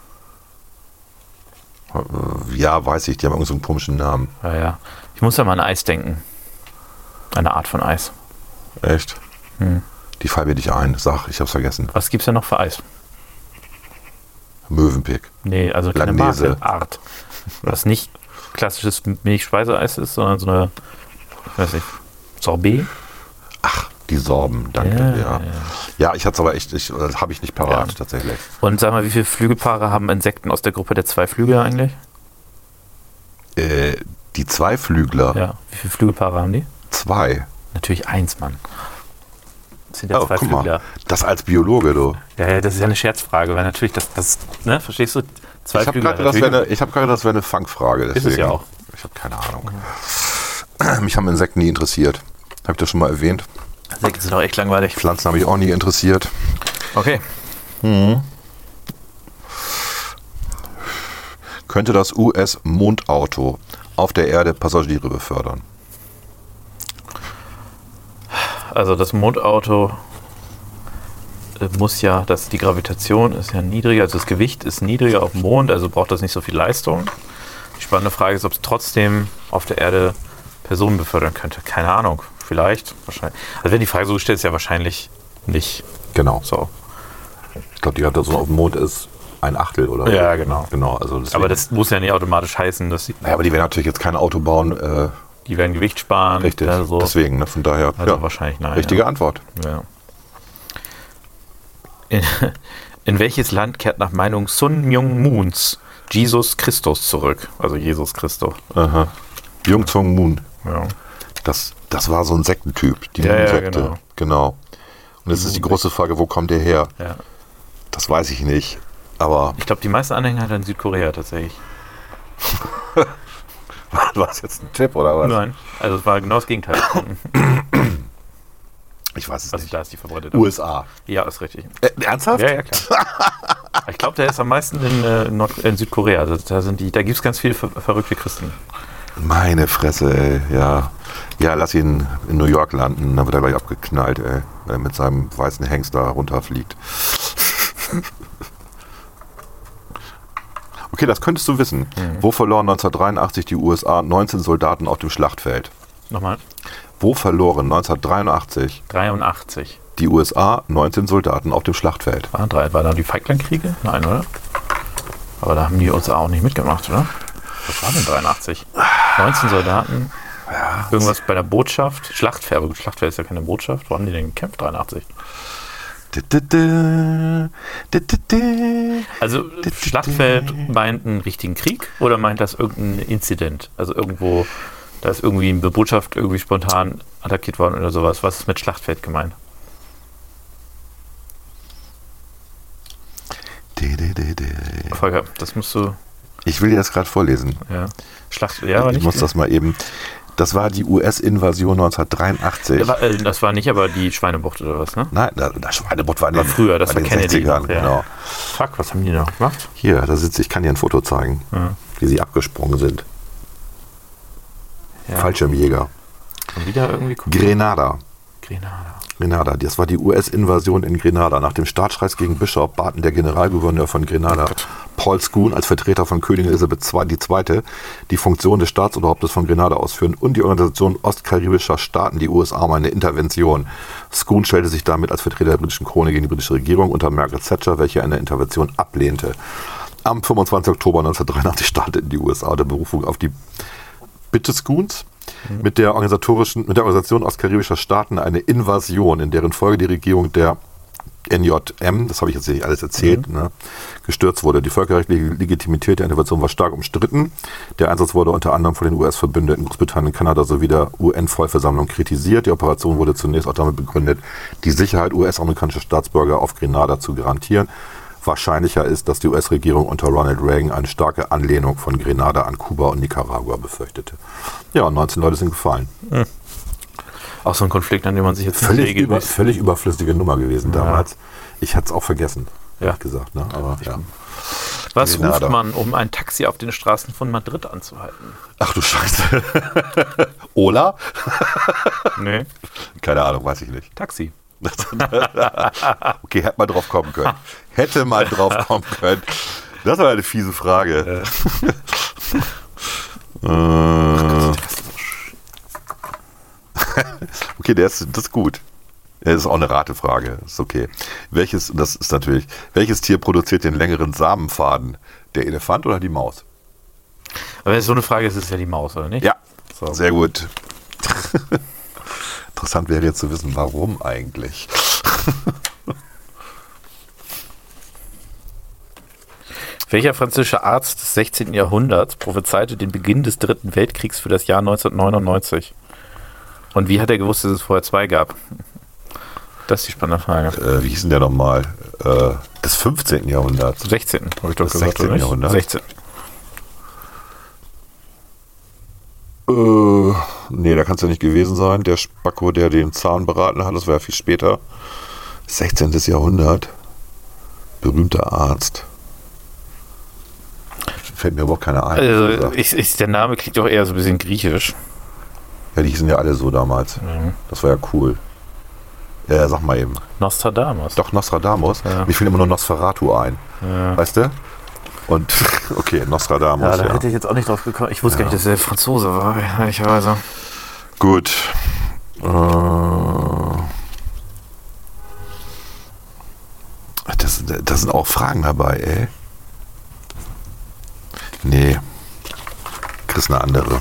Ja, weiß ich, die haben irgendeinen so einen komischen Namen. Ja, ja. Ich muss ja mal an Eis denken. Eine Art von Eis. Echt? Hm. Die fallen mir nicht ein. Sag, ich hab's vergessen. Was gibt's denn noch für Eis? Mövenpick. Nee, also keine Langnese. Marke, Art. Was nicht klassisches Milchspeiseeis ist, sondern so eine, ich weiß nicht, Sorbet? Ach, die Sorben, danke. Ja, Ja, ja. ja. ja ich hatte es aber echt, ich, das habe ich nicht parat, Ja. tatsächlich. Und sag mal, wie viele Flügelpaare haben Insekten aus der Gruppe der Zweiflügler eigentlich? Äh, die Zweiflügler, Ja. Wie viele Flügelpaare haben die? zwei. Natürlich eins, Mann. Das sind ja Oh, zwei guck Flügler. mal, das als Biologe, du. Ja, ja, das ist ja eine Scherzfrage, weil natürlich das, das ne, verstehst du? Zwei Ich habe Flügler. gerade gedacht, das wäre natürlich- eine, ich hab gerade gedacht, das wäre eine Fangfrage. Ist es Deswegen. ja auch. Ich habe keine Ahnung. Mich haben Insekten nie interessiert. Habe ich das schon mal erwähnt? Insekten sind auch echt langweilig. Pflanzen habe ich auch nie interessiert. Okay. Könnte das U S-Mondauto auf der Erde Passagiere befördern? Also das Mondauto äh, muss ja, das, die Gravitation ist ja niedriger, also das Gewicht ist niedriger auf dem Mond, also braucht das nicht so viel Leistung. Die spannende Frage ist, ob es trotzdem auf der Erde Personen befördern könnte. Keine Ahnung, vielleicht, wahrscheinlich. Also wenn die Frage so gestellt ist, ja wahrscheinlich nicht. Genau. So. Ich glaube, die Gravitation auf dem Mond ist ein Achtel oder so. Ja, genau. Genau, also deswegen- Aber das muss ja nicht automatisch heißen, dass sie, Naja, aber die werden natürlich jetzt kein Auto bauen. Äh, die werden Gewicht sparen. richtig. Also, Deswegen, ne, von daher. also ja. wahrscheinlich nein. Richtige ja. Antwort. Ja. In, in welches Land kehrt nach Meinung Sun Myung Moons Jesus Christus zurück? Also Jesus Christus. Aha. Jung Zong Moon. Ja. Das, das war so ein Sektentyp, die Ja, ja, Moon-Sekte. genau. genau. Und jetzt ist die große Frage, wo kommt der her? Ja. Das weiß ich nicht. Aber Ich glaube, die meisten Anhänger hat er in Südkorea tatsächlich. war das jetzt ein Tipp oder was? Nein. Also es war genau das Gegenteil. Ich weiß es Also nicht. da ist die verbreitete. U S A. Ja, ist richtig. Äh, ernsthaft? Ja, ja, klar. Ich glaube, der ist am meisten in, äh, Nord in Südkorea. Also da sind die, da gibt es ganz viele ver verrückte Christen. Meine Fresse, ey. Ja. Ja, lass ihn in New York landen, dann wird er gleich abgeknallt, ey. Wenn er mit seinem weißen Hengst da runterfliegt. Okay, das könntest du wissen. Mhm. Wo verloren neunzehnhundertdreiundachtzig die U S A neunzehn Soldaten auf dem Schlachtfeld? Nochmal. Wo verloren neunzehnhundertdreiundachtzig dreiundachtzig. die U S A neunzehn Soldaten auf dem Schlachtfeld? War, drei, war da die Falklandkriege? Nein, oder? Aber da haben die uns auch nicht mitgemacht, oder? Was war denn dreiundachtzig? neunzehn Soldaten. Ja, Irgendwas bei der Botschaft. Schlachtfeld, aber gut, Schlachtfeld ist ja keine Botschaft. Wo haben die denn gekämpft? dreiundachtzig. Also Schlachtfeld meint einen richtigen Krieg oder meint das irgendein Inzident? Also irgendwo, da ist irgendwie eine Botschaft irgendwie spontan attackiert worden oder sowas. Was ist mit Schlachtfeld gemeint? Volker, das musst du, Ich will dir das gerade vorlesen. ja. Schlacht, ja, aber ich nicht. muss das mal eben. Das war die U S-Invasion neunzehnhundertdreiundachtzig. Das war, äh, das war nicht aber die Schweinebucht oder was, ne? Nein, das, das Schweinebucht war, in War den- früher, das bei war den Kennedy sechzigern, noch, ja. genau. Fuck, was haben die noch gemacht? Hier, da sitze ich, kann dir ein Foto zeigen, Ja. wie sie abgesprungen sind. Ja. Fallschirmjäger. Und wieder irgendwie gucken. Grenada. Grenada. Grenada, das war die U S-Invasion in Grenada. Nach dem Staatsstreich gegen Bishop baten der Generalgouverneur von Grenada, Paul Scoon, als Vertreter von Königin Elisabeth die Zweite, die Funktion des Staatsoberhauptes von Grenada ausführen und die Organisation ostkaribischer Staaten, die U S A, um eine Intervention. Scoon stellte sich damit als Vertreter der britischen Krone gegen die britische Regierung unter Margaret Thatcher, welche eine Intervention ablehnte. Am fünfundzwanzigsten Oktober neunzehnhundertdreiundachtzig starteten die U S A der Berufung auf die Bitte Scoons mit der organisatorischen, mit der Organisation ostkaribischer Staaten eine Invasion, in deren Folge die Regierung der N J M, das habe ich jetzt nicht alles erzählt, mhm. ne, gestürzt wurde. Die völkerrechtliche Legitimität der Intervention war stark umstritten. Der Einsatz wurde unter anderem von den U S-Verbündeten Großbritannien, Kanada sowie der U N-Vollversammlung kritisiert. Die Operation wurde zunächst auch damit begründet, die Sicherheit U S-amerikanischer Staatsbürger auf Grenada zu garantieren. Wahrscheinlicher ist, dass die U S-Regierung unter Ronald Reagan eine starke Anlehnung von Grenada an Kuba und Nicaragua befürchtete. Ja, und neunzehn Leute sind gefallen. Mhm. Auch so ein Konflikt, an dem man sich jetzt Völlig, nicht über, regelmäßig- völlig überflüssige Nummer gewesen Ja. damals. Ich hatte es auch vergessen, Ja. ehrlich gesagt. Ne? Aber, ja. Was Grenada. ruft man, um ein Taxi auf den Straßen von Madrid anzuhalten? Ach du Scheiße. Ola? Nee. Keine Ahnung, weiß ich nicht. Taxi. Okay, hätte mal drauf kommen können. Hätte mal drauf kommen können. Das war eine fiese Frage. äh, okay, der ist, das ist gut. Das ist auch eine Ratefrage. Ist okay. Welches, das ist natürlich, welches Tier produziert den längeren Samenfaden? Der Elefant oder die Maus? Aber wenn es so eine Frage ist, ist es ja die Maus, oder nicht? Ja, So. sehr gut. Interessant wäre jetzt zu wissen, warum eigentlich. Welcher französische Arzt des sechzehnten. Jahrhunderts prophezeite den Beginn des Dritten Weltkriegs für das Jahr neunzehnhundertneunundneunzig? Und wie hat er gewusst, dass es vorher zwei gab? Das ist die spannende Frage. Äh, wie hieß denn der nochmal? Äh, des fünfzehnten. Jahrhunderts. sechzehnten. habe ich doch Das gesagt, sechzehnten. oder nicht? Jahrhundert. sechzehn. Äh, nee, da kann es ja nicht gewesen sein. Der Spacko, der den Zahn beraten hat, das war ja viel später. sechzehnten. Jahrhundert. Berühmter Arzt. Fällt mir überhaupt keiner ein. Also, ich, ich, der Name klingt doch eher so ein bisschen griechisch. Ja, die hießen ja alle so damals. Mhm. Das war ja cool. Ja, sag mal eben. Nostradamus. Doch, Nostradamus. Ja. Mir fiel immer nur Nosferatu ein. Ja. Weißt du? Und, okay, Nostradamus. Ja, da ja. hätte ich jetzt auch nicht drauf gekommen. Ich wusste Ja. gar nicht, dass er Franzose war, ehrlicherweise. Gut. Äh, das, das sind auch Fragen dabei, ey. Nee. Chris eine andere.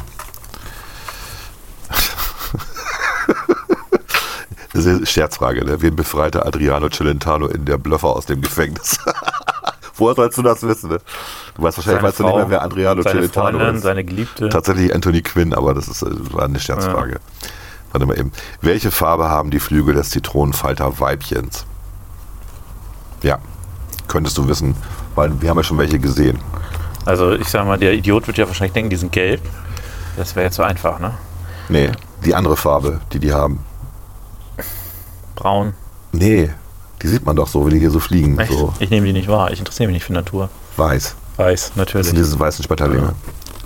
Das ist eine Scherzfrage, ne? Wen befreite Adriano Celentano in der Blöffer aus dem Gefängnis? Woher sollst du das wissen, ne? Du weißt wahrscheinlich, Seine weißt du nicht Frau, mehr, wer Adriano seine Celentano Freundin, ist. seine Geliebte. Tatsächlich Anthony Quinn, aber das ist, äh, war eine Scherzfrage. Warte mal eben. Welche Farbe haben die Flügel des Zitronenfalter-Weibchens? Ja, könntest du wissen, weil wir haben ja schon welche gesehen. Also ich sag mal, der Idiot wird ja wahrscheinlich denken, die sind gelb. Das wäre jetzt so einfach, ne? Nee, die andere Farbe, die die haben. Braun. Nee, die sieht man doch so, wenn die hier so fliegen. Echt? So Ich nehme die nicht wahr. Ich interessiere mich nicht für Natur. weiß. Weiß, Das natürlich. sind diese weißen Schmetterlinge.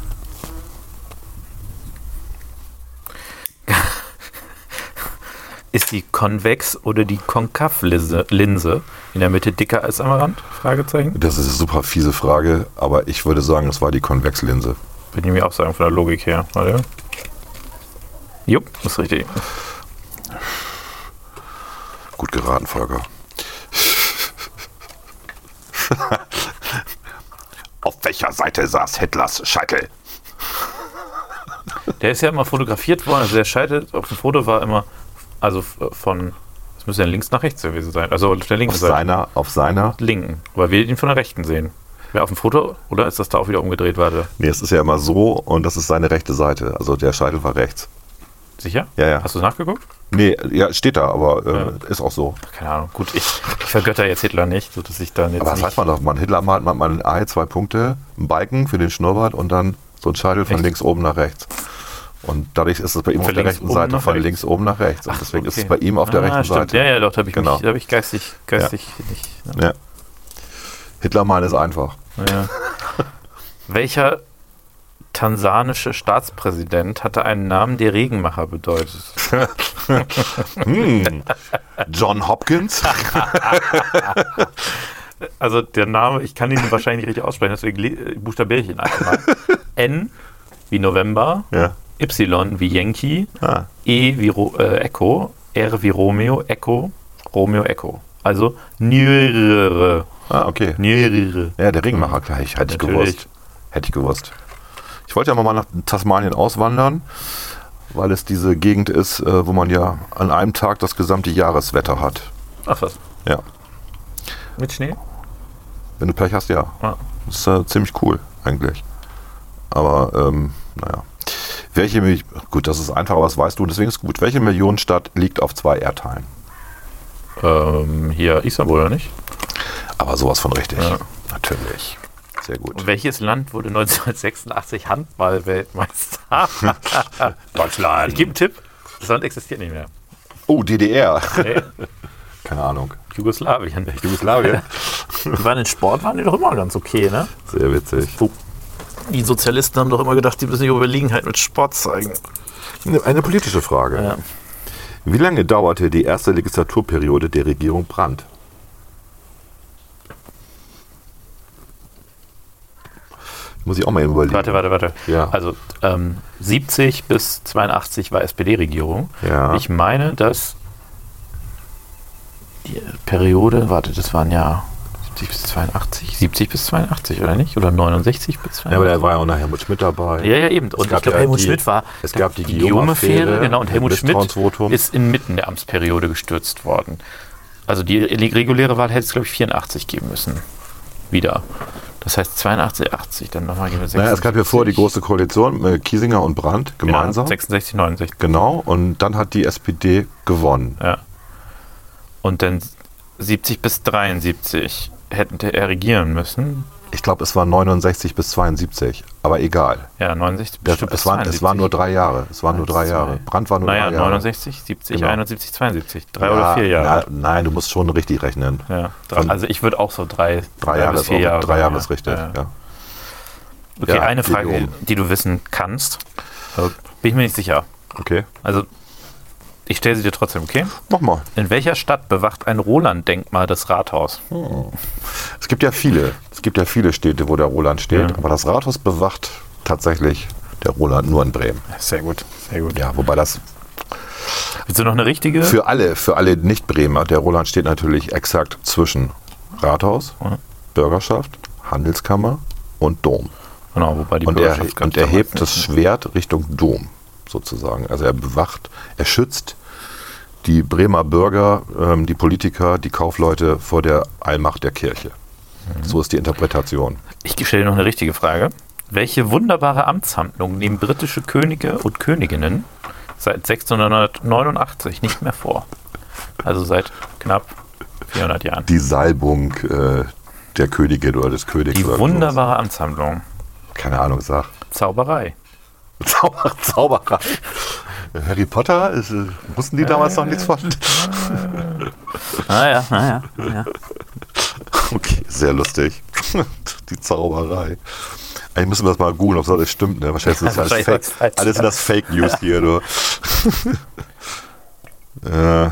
Ist die konvex oder die konkav-Linse Linse in der Mitte dicker als am Rand? Fragezeichen. Das ist eine super fiese Frage, aber ich würde sagen, es war die Konvexlinse. Würde ich mir auch sagen, von der Logik her. Warte. Jupp, ist richtig. Gut geraten, Volker. Auf welcher Seite saß Hitlers Scheitel? Der ist ja immer fotografiert worden. Also der Scheitel auf dem Foto war immer, also von, das müsste ja links nach rechts gewesen sein. Also auf der linken Auf Seite. seiner, auf seiner. Linken, weil wir ihn von der rechten sehen. Wer auf dem Foto, oder ist das da auch wieder umgedreht? Warte. Nee, es ist ja immer so und das ist seine rechte Seite. Also der Scheitel war rechts. Sicher? Ja, ja. Hast du nachgeguckt? Nee, ja, steht da, aber äh, Ja. ist auch so. Keine Ahnung. Gut, ich, ich vergötter jetzt Hitler nicht, sodass ich dann jetzt Aber das nicht... weiß man doch, man Hitler malt man ein Ei, zwei Punkte, einen Balken für den Schnurrbart und dann so ein Scheitel von Echt? links oben nach rechts. Und dadurch ist es bei ihm Von auf der links rechten oben Seite nach von rechts? links oben nach rechts. Und Ach, deswegen ist okay. es bei ihm auf der Ah, rechten stimmt. Seite. Ja, ja, doch, da habe ich, Genau. mich- da hab ich geistig, geistig nicht... Ja. Hitler malen ist einfach. Ja. Welcher tansanische Staatspräsident hatte einen Namen, der Regenmacher bedeutet? Hm. John Hopkins? Also der Name, ich kann ihn wahrscheinlich nicht richtig aussprechen, deswegen le- buchstabiere ich ihn einfach mal. N wie November, Ja. Y wie Yankee, Ah. E wie Ro äh, Echo, R wie Romeo, Echo, Romeo, Echo. Also Nürre. Ah, okay. Nürre. Ja, der Ringmacher gleich. Hätte ich Natürlich. gewusst. Hätte ich gewusst. Ich wollte ja mal nach Tasmanien auswandern, weil es diese Gegend ist, äh, wo man ja an einem Tag das gesamte Jahreswetter hat. Ach was, Ja. mit Schnee? Wenn du Pech hast, ja. Ah. Das ist äh, ziemlich cool, eigentlich. Aber, ähm, naja. Welche, Mi- gut, das ist einfach, aber das weißt du, und deswegen ist gut. Welche Millionenstadt liegt auf zwei Erdteilen? Ähm, hier Istanbul, oder nicht? Aber sowas von richtig. Ja. Natürlich. Sehr gut. Und welches Land wurde neunzehnhundertsechsundachtzig Handball-Weltmeister? Deutschland. Ich gebe einen Tipp, das Land existiert nicht mehr. Oh, D D R. Okay. Keine Ahnung. Jugoslawien. Jugoslawien. Die waren in Sport, waren die doch immer ganz okay, ne? Sehr witzig. Die Sozialisten haben doch immer gedacht, die müssen ihre Überlegenheit mit Sport zeigen. Eine politische Frage. Ja. Wie lange dauerte die erste Legislaturperiode der Regierung Brandt? Muss ich auch mal überlegen. Warte, warte, warte. Ja. Also ähm, siebzig bis zweiundachtzig war S P D-Regierung. Ja. Ich meine, dass die Periode, warte, das waren ja siebzig bis zweiundachtzig, siebzig bis zweiundachtzig, oder nicht? Oder neunundsechzig bis zweiundachtzig? Ja, aber da war ja auch noch Helmut Schmidt dabei. Ja, ja, eben. Und ich glaube, ja Helmut die, Schmidt war. Es gab die, die Guillaume-Affäre, Guillaume-Affäre, genau. Und Helmut Schmidt Misstrauensvotum. ist inmitten der Amtsperiode gestürzt worden. Also die reguläre Wahl hätte es, glaube ich, vierundachtzig geben müssen. Wieder. Das heißt zweiundachtzig, achtzig, dann nochmal gehen wir sechsundsechzig. Naja, es gab ja vor die große Koalition mit Kiesinger und Brandt gemeinsam. Ja, sechsundsechzig, neunundsechzig. Genau, und dann hat die S P D gewonnen. Ja. Und dann siebzig bis dreiundsiebzig hätten er regieren müssen. Ich glaube, es war neunundsechzig bis zweiundsiebzig, aber egal. Ja, neunundsechzig Das, bestimmt bis es, waren, es waren nur drei Jahre. Es waren nur drei Zwei. Jahre. Brandt war nur naja, drei Jahre. neunundsechzig, siebzig, Genau. einundsiebzig, zweiundsiebzig. Drei ja, oder vier Jahre. Na, nein, du musst schon richtig rechnen. Ja, drei, also ich würde auch so drei, Drei Jahre bis ist, vier auch, Jahre. drei Jahre ja. ist richtig. Ja. Ja. Okay, Ja, eine geht Frage, um. die du wissen kannst. Also, bin ich mir nicht sicher. Okay, Also, ich stelle sie dir trotzdem, okay? mach mal. In welcher Stadt bewacht ein Roland-Denkmal das Rathaus? Es gibt ja viele. Es gibt ja viele Städte, wo der Roland steht. Ja. Aber das Rathaus bewacht tatsächlich der Roland nur in Bremen. Sehr gut, sehr gut. Ja, wobei das Willst du noch eine richtige? für alle, für alle Nicht-Bremer, der Roland steht natürlich exakt zwischen Rathaus, Ja. Bürgerschaft, Handelskammer und Dom. Genau, wobei die Und er, Bürgerschaft und gab's er hebt damals das nicht. Schwert Richtung Dom, sozusagen. Also er bewacht, er schützt die Bremer Bürger, ähm, die Politiker, die Kaufleute vor der Allmacht der Kirche. So ist die Interpretation. Ich stelle dir noch eine richtige Frage. Welche wunderbare Amtshandlung nehmen britische Könige und Königinnen seit sechzehnhundertneunundachtzig nicht mehr vor? Also seit knapp vierhundert Jahren. Die Salbung äh, der Königin oder des Königs. Die oder wunderbare Amtshandlung. sowas. Keine Ahnung, sag. Zauberei. Zauber, Zauberer. Harry Potter, ist, äh, wussten die damals noch nichts von? Naja, naja. Ja. Okay, sehr lustig. Die Zauberei. Eigentlich müssen wir das mal googeln, ob das alles stimmt. Ne? Wahrscheinlich ist das alles, Wahrscheinlich Fake, ist das- alles sind das Fake News hier. Du. äh,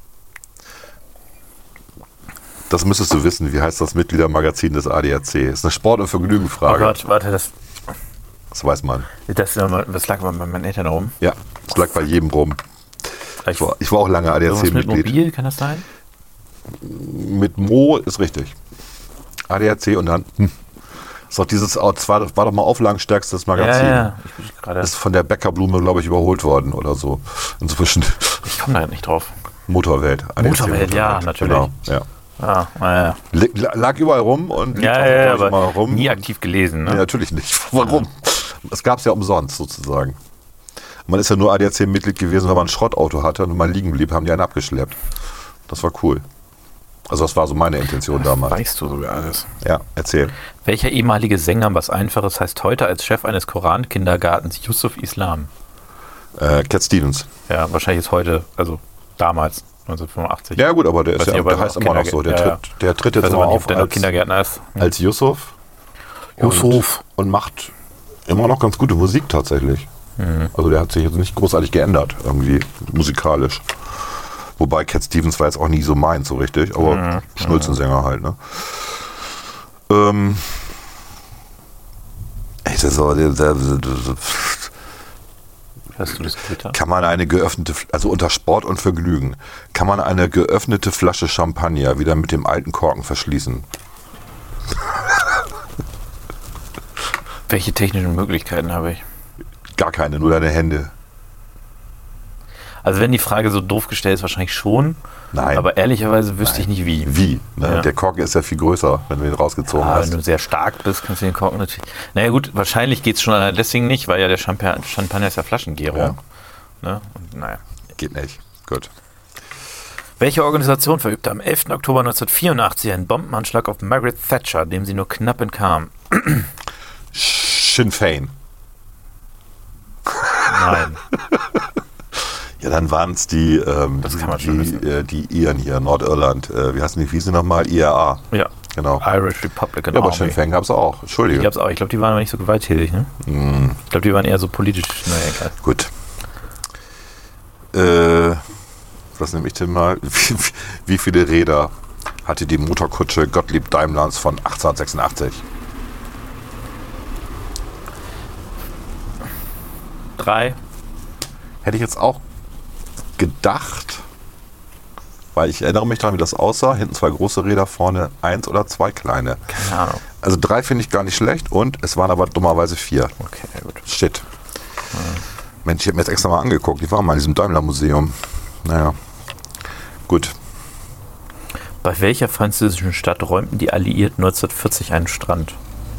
das müsstest du wissen. Wie heißt das Mitgliedermagazin des A D A C? Ist eine Sport- und Oh Vergnügenfrage. Gott, warte, das, Das weiß man. das, das lag bei meinen Eltern rum. Ja, das lag bei jedem rum. Ich war, ich war auch lange A D A Irgendwas mit C-Mitglied. Mobil, kann das sein? Mit Mo ist richtig. A D A C und dann. Hm. Das, ist doch dieses, das war, das war doch mal auflagenstärkstes Magazin. Ja, ja. Ich, bin gerade- Ist von der Bäckerblume, glaube ich, überholt worden oder so. Inzwischen ich komme da nicht drauf. Motorwelt. A D A C Motorwelt, ja, natürlich. Genau, ja. Ah, naja. Lig- Lag überall rum und liegt Ja, auch, ja, ja, glaub ich, aber mal rum. nie aktiv gelesen. Ne? Nee, natürlich nicht. Warum? Es gab es ja umsonst sozusagen. Man ist ja nur A D A C-Mitglied gewesen, weil man ein Schrottauto hatte und man liegen blieb, haben die einen abgeschleppt. Das war cool. Also das war so meine Intention damals. Weißt du sogar alles. Ja, erzähl. Welcher ehemalige Sänger, was Einfaches, heißt heute als Chef eines Koran-Kindergartens Yusuf Islam? Äh, Cat Stevens. Ja, wahrscheinlich ist heute, also damals, neunzehnhundertfünfundachtzig. Ja gut, aber der, ist Weiß ja, nicht, ob der er heißt noch immer noch so. Der, Kindergär- ja, tritt, der tritt Ich jetzt weiß immer aber nicht, auf ob der noch als, Kindergärtner ist. als Yusuf. Yusuf. Und, und macht immer noch ganz gute Musik tatsächlich. Mhm. Also der hat sich jetzt nicht großartig geändert, irgendwie musikalisch. Wobei Cat Stevens war jetzt auch nie so meins so richtig, aber Mhm. Schnulzensänger halt, ne? Ähm. Ey, das ist aber, der, der, der, Hast du das Twitter? kann man eine geöffnete, also unter Sport und Vergnügen, kann man eine geöffnete Flasche Champagner wieder mit dem alten Korken verschließen? Welche technischen Möglichkeiten habe ich? Gar keine, nur deine Hände. Also wenn die Frage so doof gestellt ist, wahrscheinlich schon. Nein. Aber ehrlicherweise wüsste ich nicht wie. Wie? Ne? Ja. Der Korken ist ja viel größer, wenn du ihn rausgezogen Ja, wenn hast. du sehr stark bist, kannst du den Korken natürlich. Naja gut, wahrscheinlich geht es schon allein deswegen nicht, weil ja der Champagner, Champagner ist ja Flaschengärung. Ne? Und, naja. Geht nicht. Gut. Welche Organisation verübte am elften Oktober neunzehnhundertvierundachtzig einen Bombenanschlag auf Margaret Thatcher, dem sie nur knapp entkam? Sinn Fein. Nein. Ja, dann waren es die, ähm, Das die, kann man schon die, wissen. äh, die Iren hier, Nordirland. Äh, wie heißen die? Wie sind nochmal? I R A. Ja. Genau. Irish Republican Ja, aber Army. Sinn Fein gab es auch. Ich Entschuldige. glaube auch. Ich glaube, die waren aber nicht so gewalttätig. Ne? Mm, Ich glaube, die waren eher so politisch. Naja, egal. gut. Äh, Was nehme ich denn mal? Wie, wie viele Räder hatte die Motorkutsche Gottlieb Daimlers von achtzehnhundertsechsundachtzig? Drei. Hätte ich jetzt auch gedacht, weil ich erinnere mich daran, wie das aussah. Hinten zwei große Räder, vorne eins oder zwei kleine. Keine Ahnung. Also drei finde ich gar nicht schlecht und es waren aber dummerweise vier. Okay, gut. Shit. Hm. Mensch, ich habe mir jetzt extra mal angeguckt. Ich war mal in diesem Daimler-Museum. Naja, gut. Bei welcher französischen Stadt räumten die Alliierten neunzehnhundertvierzig einen Strand?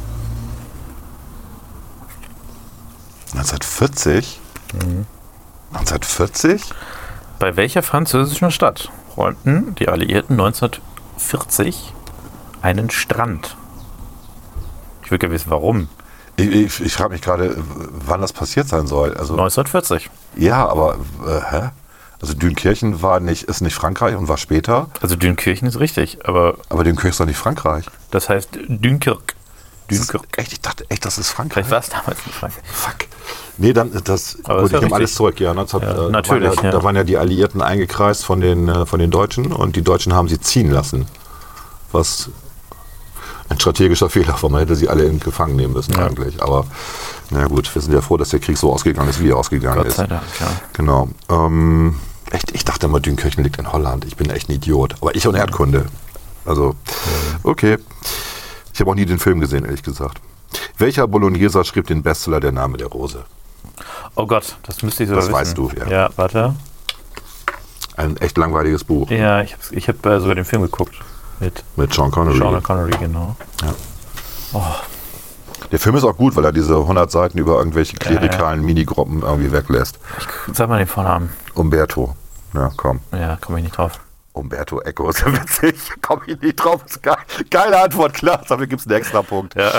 neunzehnhundertvierzig? Mhm. neunzehnhundertvierzig? Bei welcher französischen Stadt räumten die Alliierten neunzehnhundertvierzig einen Strand? Ich will gerne wissen, warum. Ich, ich, ich frage mich gerade, wann das passiert sein soll. Also, neunzehnhundertvierzig. Ja, aber äh, hä? Also Dünkirchen war nicht, ist nicht Frankreich und war später. Also Dünkirchen ist richtig, aber... Aber Dünkirchen ist doch nicht Frankreich. Das heißt Dünkirk. Dünkirk. Echt? Ich dachte echt, das ist Frankreich. Vielleicht war es damals nicht Frankreich. Fuck. Nee, dann das... Aber gut, ist ja ich nehme alles richtig. zurück. Ja, neunzehn, Ja, äh, natürlich, Da waren ja, ja. da waren ja die Alliierten eingekreist von den, äh, von den Deutschen und die Deutschen haben sie ziehen lassen. Was ein strategischer Fehler war. Man hätte sie alle in Gefangen nehmen müssen Ja. eigentlich. Aber na gut, wir sind ja froh, dass der Krieg so ausgegangen ist, wie er ausgegangen Gott ist. sei Dank, ja. Genau. Ähm, echt, ich dachte immer, Dünkirchen liegt in Holland. Ich bin echt ein Idiot. Aber ich und Erdkunde. Also, okay. Ich habe auch nie den Film gesehen, ehrlich gesagt. Welcher Bologneser schrieb den Bestseller Der Name der Rose? Oh Gott, das müsste ich sogar Das wissen. weißt du, ja. Ja, warte. Ein echt langweiliges Buch. Ja, ich habe ich hab, äh, sogar den Film geguckt. Mit Mit Sean Connery. Sean Connery, genau. Ja. Oh, Der Film ist auch gut, weil er diese hundert Seiten über irgendwelche klerikalen Minigruppen irgendwie weglässt. ich sag mal den Vornamen. Umberto. Ja, komm. Ja, komme ich nicht drauf. Umberto Eco ist ja witzig. Komm ich nicht drauf. Ist geil. Geile Antwort, klar. Dafür gibt es einen extra Punkt. Ja.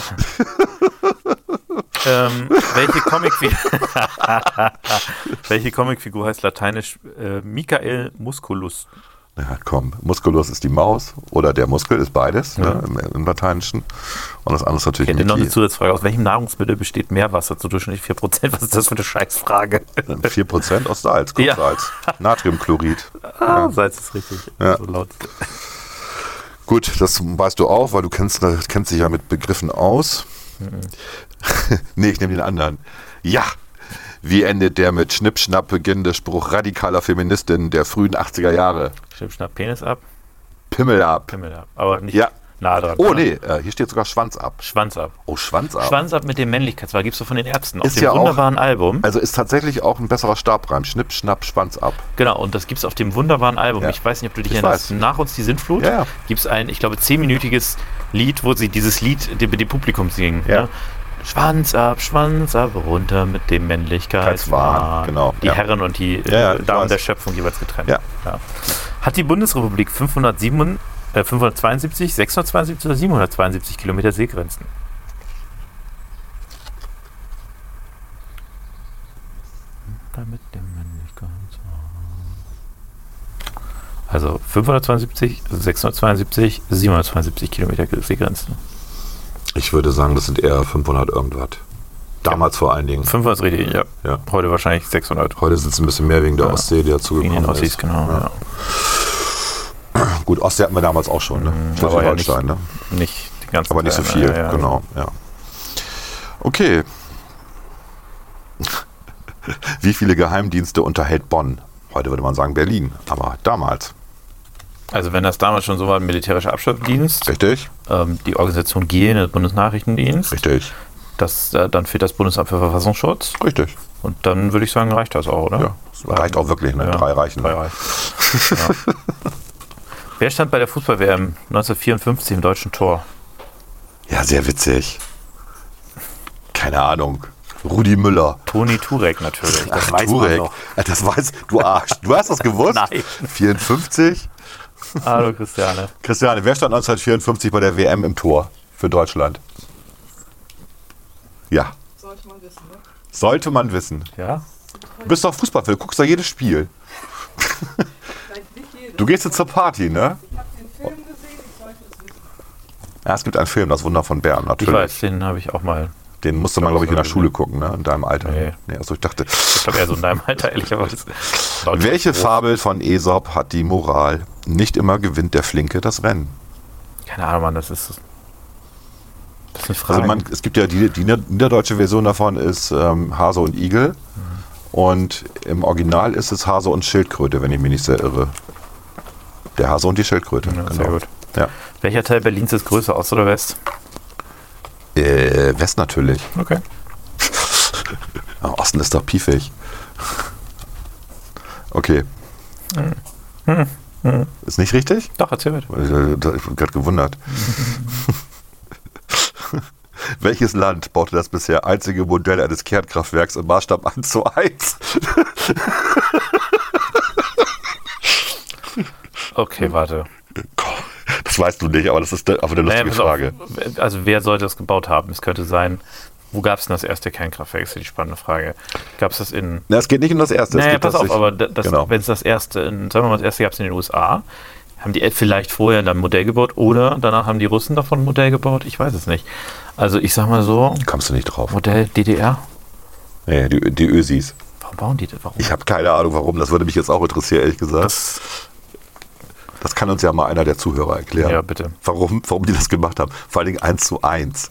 ähm, welche, Comicfigur welche Comicfigur heißt lateinisch äh, Michael Musculus? Ja, komm. Musculus ist die Maus oder der Muskel ist beides, Ja. ne, im, im Lateinischen. Und das andere ist natürlich Okay, dann noch eine Mickey. Zusatzfrage. Aus welchem Nahrungsmittel besteht Meerwasser zu durchschnittlich vier Prozent? Was ist das für eine Scheißfrage? vier Prozent aus Salz, Ja. Salz. Natriumchlorid. Ah, Salz ist richtig. Ja. So laut. Gut, das weißt du auch, weil du kennst, kennst dich ja mit Begriffen aus. Nee, ich nehme den anderen. Ja! Wie endet der mit Schnipp-Schnapp beginnende Spruch radikaler Feministin der frühen achtziger Jahre? Schnipp, schnapp, Penis ab, Pimmel ab. Pimmel ab. Aber nicht Ja. nah dran. Oh oder? nee, äh, hier steht sogar Schwanz ab. Schwanz ab. Oh, Schwanz ab. Schwanz ab mit dem Männlichkeitswahl gibst du von den Ärzten auf Ist dem ja auch- wunderbaren Album. Also ist tatsächlich auch ein besserer Stabreim. Schnipp, Schnapp, Schwanz ab. Genau, und das gibt's auf dem wunderbaren Album. Ja. Ich weiß nicht, ob du dich Ich erinnerst. weiß. Nach uns die Sintflut Ja, ja. gibt's ein, ich glaube, zehnminütiges Lied, wo sie dieses Lied dem, dem Publikum singen. Ja. Ne? Schwanz ab, Schwanz ab, runter mit dem Männlichkeitswahn. Wahn, genau, Die ja. Herren und die Ja, ja, äh, ich Damen weiß. der Schöpfung jeweils getrennt. Ja. Hat die Bundesrepublik fünfhundertsieben, äh, fünfhundertzweiundsiebzig, sechshundertzweiundsiebzig oder siebenhundertzweiundsiebzig Kilometer Seegrenzen? Runter mit dem Männlichkeitswahn. Also fünfhundertzweiundsiebzig, sechshundertzweiundsiebzig, siebenhundertzweiundsiebzig Kilometer Seegrenzen. Ich würde sagen, das sind eher fünfhundert irgendwas. Damals vor allen Dingen. fünfhundert ist richtig, ja. Ja. Heute wahrscheinlich sechshundert. Heute sind es ein bisschen mehr wegen der Ja. Ostsee, die dazugekommen Gegen den Ossis, ist. genau. Ja. Gut, Ostsee hatten wir damals auch schon, ne? aber ja nicht, Schleswig-Holstein, ne? nicht die ganze Aber nicht so viel, ja, ja. genau. Ja. Okay. Wie viele Geheimdienste unterhält Bonn? Heute würde man sagen Berlin, aber damals. Also wenn das damals schon so war, ein militärischer Abschirmdienst, Richtig? ähm, die Organisation G, der Bundesnachrichtendienst, Richtig. das, äh, dann fehlt das Bundesamt für Verfassungsschutz Richtig. und dann würde ich sagen, reicht das auch, oder? Ja, das reicht auch wirklich, ne? Ja, Drei reichen. Drei reichen. Ja. Wer stand bei der Fußball-W M neunzehnhundertvierundfünfzig im deutschen Tor? Ja, sehr witzig. Keine Ahnung. Rudi Müller. Toni Turek natürlich, das weiß Turek. man noch. Ja, das weiß du Arsch. Du hast das gewusst? Nein. vierundfünfzig. Hallo Christiane. Christiane, wer stand neunzehnhundertvierundfünfzig bei der W M im Tor für Deutschland? Ja. Sollte man wissen, ne? Sollte man wissen. Ja? Du bist doch Fußballfan, du guckst doch jedes Spiel. Vielleicht nicht jedes. Du gehst jetzt zur Party, ne? Ich habe den Film gesehen, ich sollte es wissen. Ja, es gibt einen Film, Das Wunder von Bern, Ich natürlich. weiß, den habe ich auch mal. Den musste man, glaube ich, in der Schule gucken, ne? In deinem Alter. Nee. Nee, also ich dachte. Ich glaube eher so in deinem Alter, ehrlicherweise. Welche Fabel von Aesop hat die Moral? Nicht immer gewinnt der Flinke das Rennen. Keine Ahnung, Mann, das ist. Das ist eine Frage. Also man, es gibt ja die, die niederdeutsche Version davon ist ähm, Hase und Igel. Mhm. Und im Original ist es Hase und Schildkröte, wenn ich mich nicht sehr irre. Der Hase und die Schildkröte. Ja, genau. sehr gut. Ja. Welcher Teil Berlins ist größer, Ost oder West? Äh, West natürlich. Okay. Ja, Osten ist doch piefig. Okay. Hm. Hm. Ist nicht richtig? Doch, erzähl mit. Ich bin gerade gewundert. Welches Land baute das bisher einzige Modell eines Kernkraftwerks im Maßstab eins zu eins? Okay, warte. Das weißt du nicht, aber das ist aber eine lustige Naja, pass Frage. auf. Also wer sollte das gebaut haben? Es könnte sein, wo gab es denn das erste Kernkraftwerk? Ist ja die spannende Frage. Gab es das in... Na, es geht nicht um das erste. es Naja, geht pass auf, tatsächlich- aber das, genau. wenn es das erste, in, sagen wir mal, das erste gab es in den U S A, haben die vielleicht vorher dann ein Modell gebaut oder danach haben die Russen davon ein Modell gebaut? Ich weiß es nicht. Also ich sag mal so, Kommst du nicht drauf? Modell D D R? Nee, die, die Ösis. Warum bauen die das? Warum? Ich habe keine Ahnung, warum. Das würde mich jetzt auch interessieren, ehrlich gesagt. Das, Das, kann uns ja mal einer der Zuhörer erklären. ja, bitte. Warum, warum die das gemacht haben. Vor allen Dingen eins zu eins.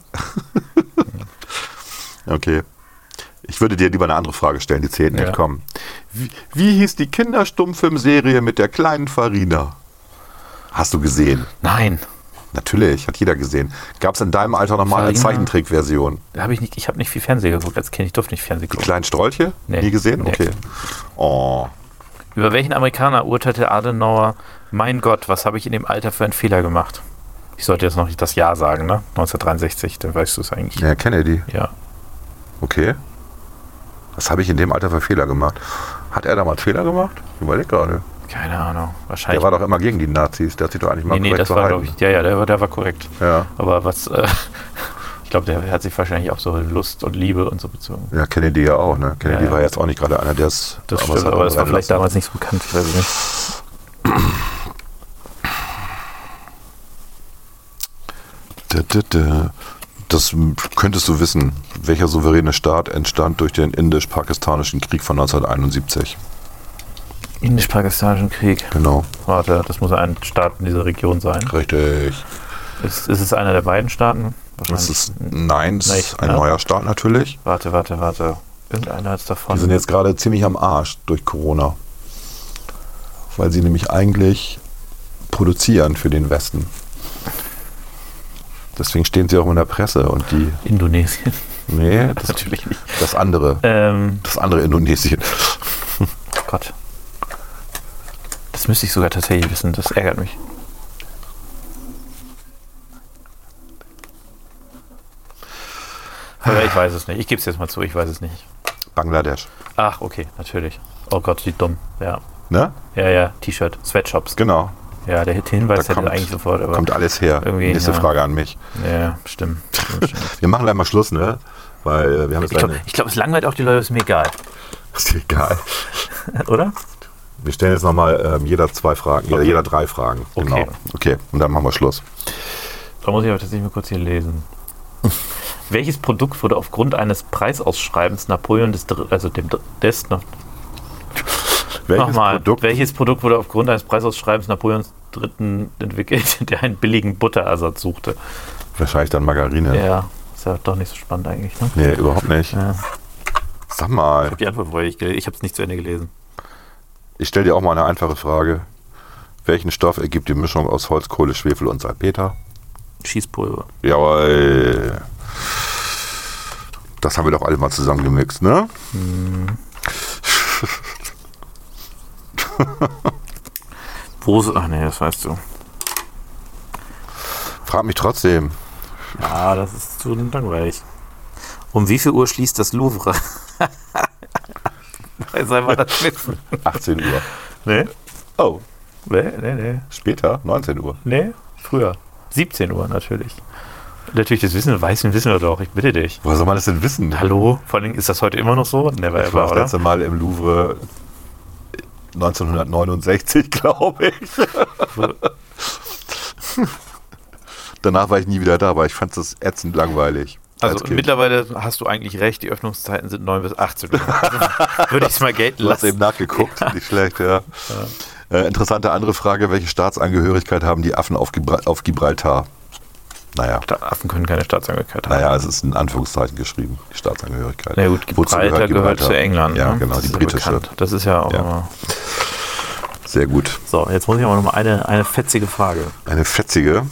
Okay. Ich würde dir lieber eine andere Frage stellen, die zählt nicht. Ja. Komm. Wie, wie hieß die Kinderstummfilmserie mit der kleinen Farina? Hast du gesehen? Nein, Natürlich, hat jeder gesehen. Gab es in deinem Alter noch mal eine Farina? Zeichentrickversion? da habe ich nicht, ich habe nicht viel Fernsehen geguckt als Kind. Ich durfte nicht Fernsehen Die gucken. kleinen Strolche? Nee. Nie gesehen? Nee. Okay. Oh. Über welchen Amerikaner urteilte Adenauer, mein Gott, was habe ich in dem Alter für einen Fehler gemacht? Ich sollte jetzt noch nicht das Jahr sagen, ne? neunzehnhundertdreiundsechzig, dann weißt du es eigentlich. Ja, Kennedy. Ja. Okay. Was habe ich in dem Alter für Fehler gemacht? Hat er damals Fehler gemacht? Ich überleg gerade. Keine Ahnung. Der Wahrscheinlich. war doch immer gegen die Nazis. Der hat sich doch eigentlich mal nee, nee, korrekt das war, verhalten. glaube ich. Ja, ja, der, war- der war korrekt. Ja. Aber was, äh, ich glaube, der hat sich wahrscheinlich auf so Lust und Liebe und so bezogen. ja, Kennedy ja auch. Ne? Kennedy Ja, ja. war jetzt auch nicht gerade einer, der es Das damals stimmt, hat aber das war anbrennen vielleicht lassen. damals nicht so bekannt, ich weiß es nicht. Da, da, da. Das könntest du wissen. Welcher souveräne Staat entstand durch den indisch-pakistanischen Krieg von neunzehnhunderteinundsiebzig? Indisch-Pakistanischen Krieg. Genau. Warte, das muss ein Staat in dieser Region sein. Richtig. Ist, ist es einer der beiden Staaten? Das ist, nein, es ist Nicht, ein ne? neuer Staat natürlich. Warte, warte, warte. Irgendeiner ist davon. Die sind jetzt gerade ziemlich am Arsch durch Corona. Weil sie nämlich eigentlich produzieren für den Westen. Deswegen stehen sie auch in der Presse und die. Indonesien. Nee, das, Natürlich nicht. das andere. Ähm, Das andere Indonesien. Gott. Das müsste ich sogar tatsächlich wissen. Das ärgert mich. Aber ich weiß es nicht. Ich gebe es jetzt mal zu, ich weiß es nicht. Bangladesch. Ach, okay, natürlich. Oh Gott, wie dumm. Ja, Ne? ja, ja. T-Shirt, Sweatshops. Genau. Ja, der Hinweis Da hätte kommt- eigentlich sofort. Aber Kommt alles her. irgendwie, Nächste ja. Frage an mich. Ja, stimmt. stimmt, stimmt. Wir machen gleich mal Schluss, ne? Weil äh, wir haben jetzt Ich glaube, eine. glaub, es langweilt auch die Leute, ist mir egal. Ist egal. Oder? Wir stellen jetzt nochmal ähm, jeder zwei Fragen, jeder, Okay. jeder drei Fragen. Genau. Okay. Okay, und dann machen wir Schluss. Da muss ich aber tatsächlich mal kurz hier lesen. Welches Produkt wurde aufgrund eines Preisausschreibens Napoleon des Dr- also dem Dr- des noch, Welches nochmal, Produkt? welches Produkt wurde aufgrund eines Preisausschreibens Napoleons dritten entwickelt, der einen billigen Butterersatz suchte? Wahrscheinlich dann Margarine. Ja, ist ja doch nicht so spannend eigentlich, ne? Nee, überhaupt nicht. Ja. Sag mal, Ich habe die Antwort vorher nicht gelesen. Ich habe es nicht zu Ende gelesen. ich stelle dir auch mal eine einfache Frage. Welchen Stoff ergibt die Mischung aus Holz, Kohle, Schwefel und Salpeter? Schießpulver. Jawohl. Das haben wir doch alle mal zusammengemixt, ne? Wo ist. Ach nee, das weißt du. Frag mich trotzdem. Ja, das ist zu langweilig. Um wie viel Uhr schließt das Louvre? Wer soll man das wissen? achtzehn Uhr. Nee? Oh, Nee, nee, nee. später, neunzehn Uhr. Nee, früher. siebzehn Uhr natürlich. Natürlich, das wissen wir, weißen wissen wir doch, ich bitte dich. Woher soll man das denn wissen? Hallo? Vor allem ist das heute immer noch so? Never Ich war ever, das oder? letzte Mal im Louvre neunzehnhundertneunundsechzig, glaube ich. Danach war ich nie wieder da, aber ich fand das ätzend langweilig. Also als Kind. mittlerweile hast du eigentlich recht, die Öffnungszeiten sind neun bis achtzehn Uhr. Würde ich es mal gelten Du hast lassen. eben nachgeguckt, nicht schlecht, ja. Äh, interessante andere Frage, welche Staatsangehörigkeit haben die Affen auf, Gibra auf Gibraltar? Naja, Sta- Affen können keine Staatsangehörigkeit haben. naja, es ist in Anführungszeichen geschrieben, die Staatsangehörigkeit. Na gut, Wozu Gibraltar gehört, zu England. Ja, ne? genau, Das die ist ja britische. bekannt. Das ist ja auch Ja. immer. Sehr gut. So, jetzt muss ich aber noch mal eine, eine fetzige Frage. Eine fetzige.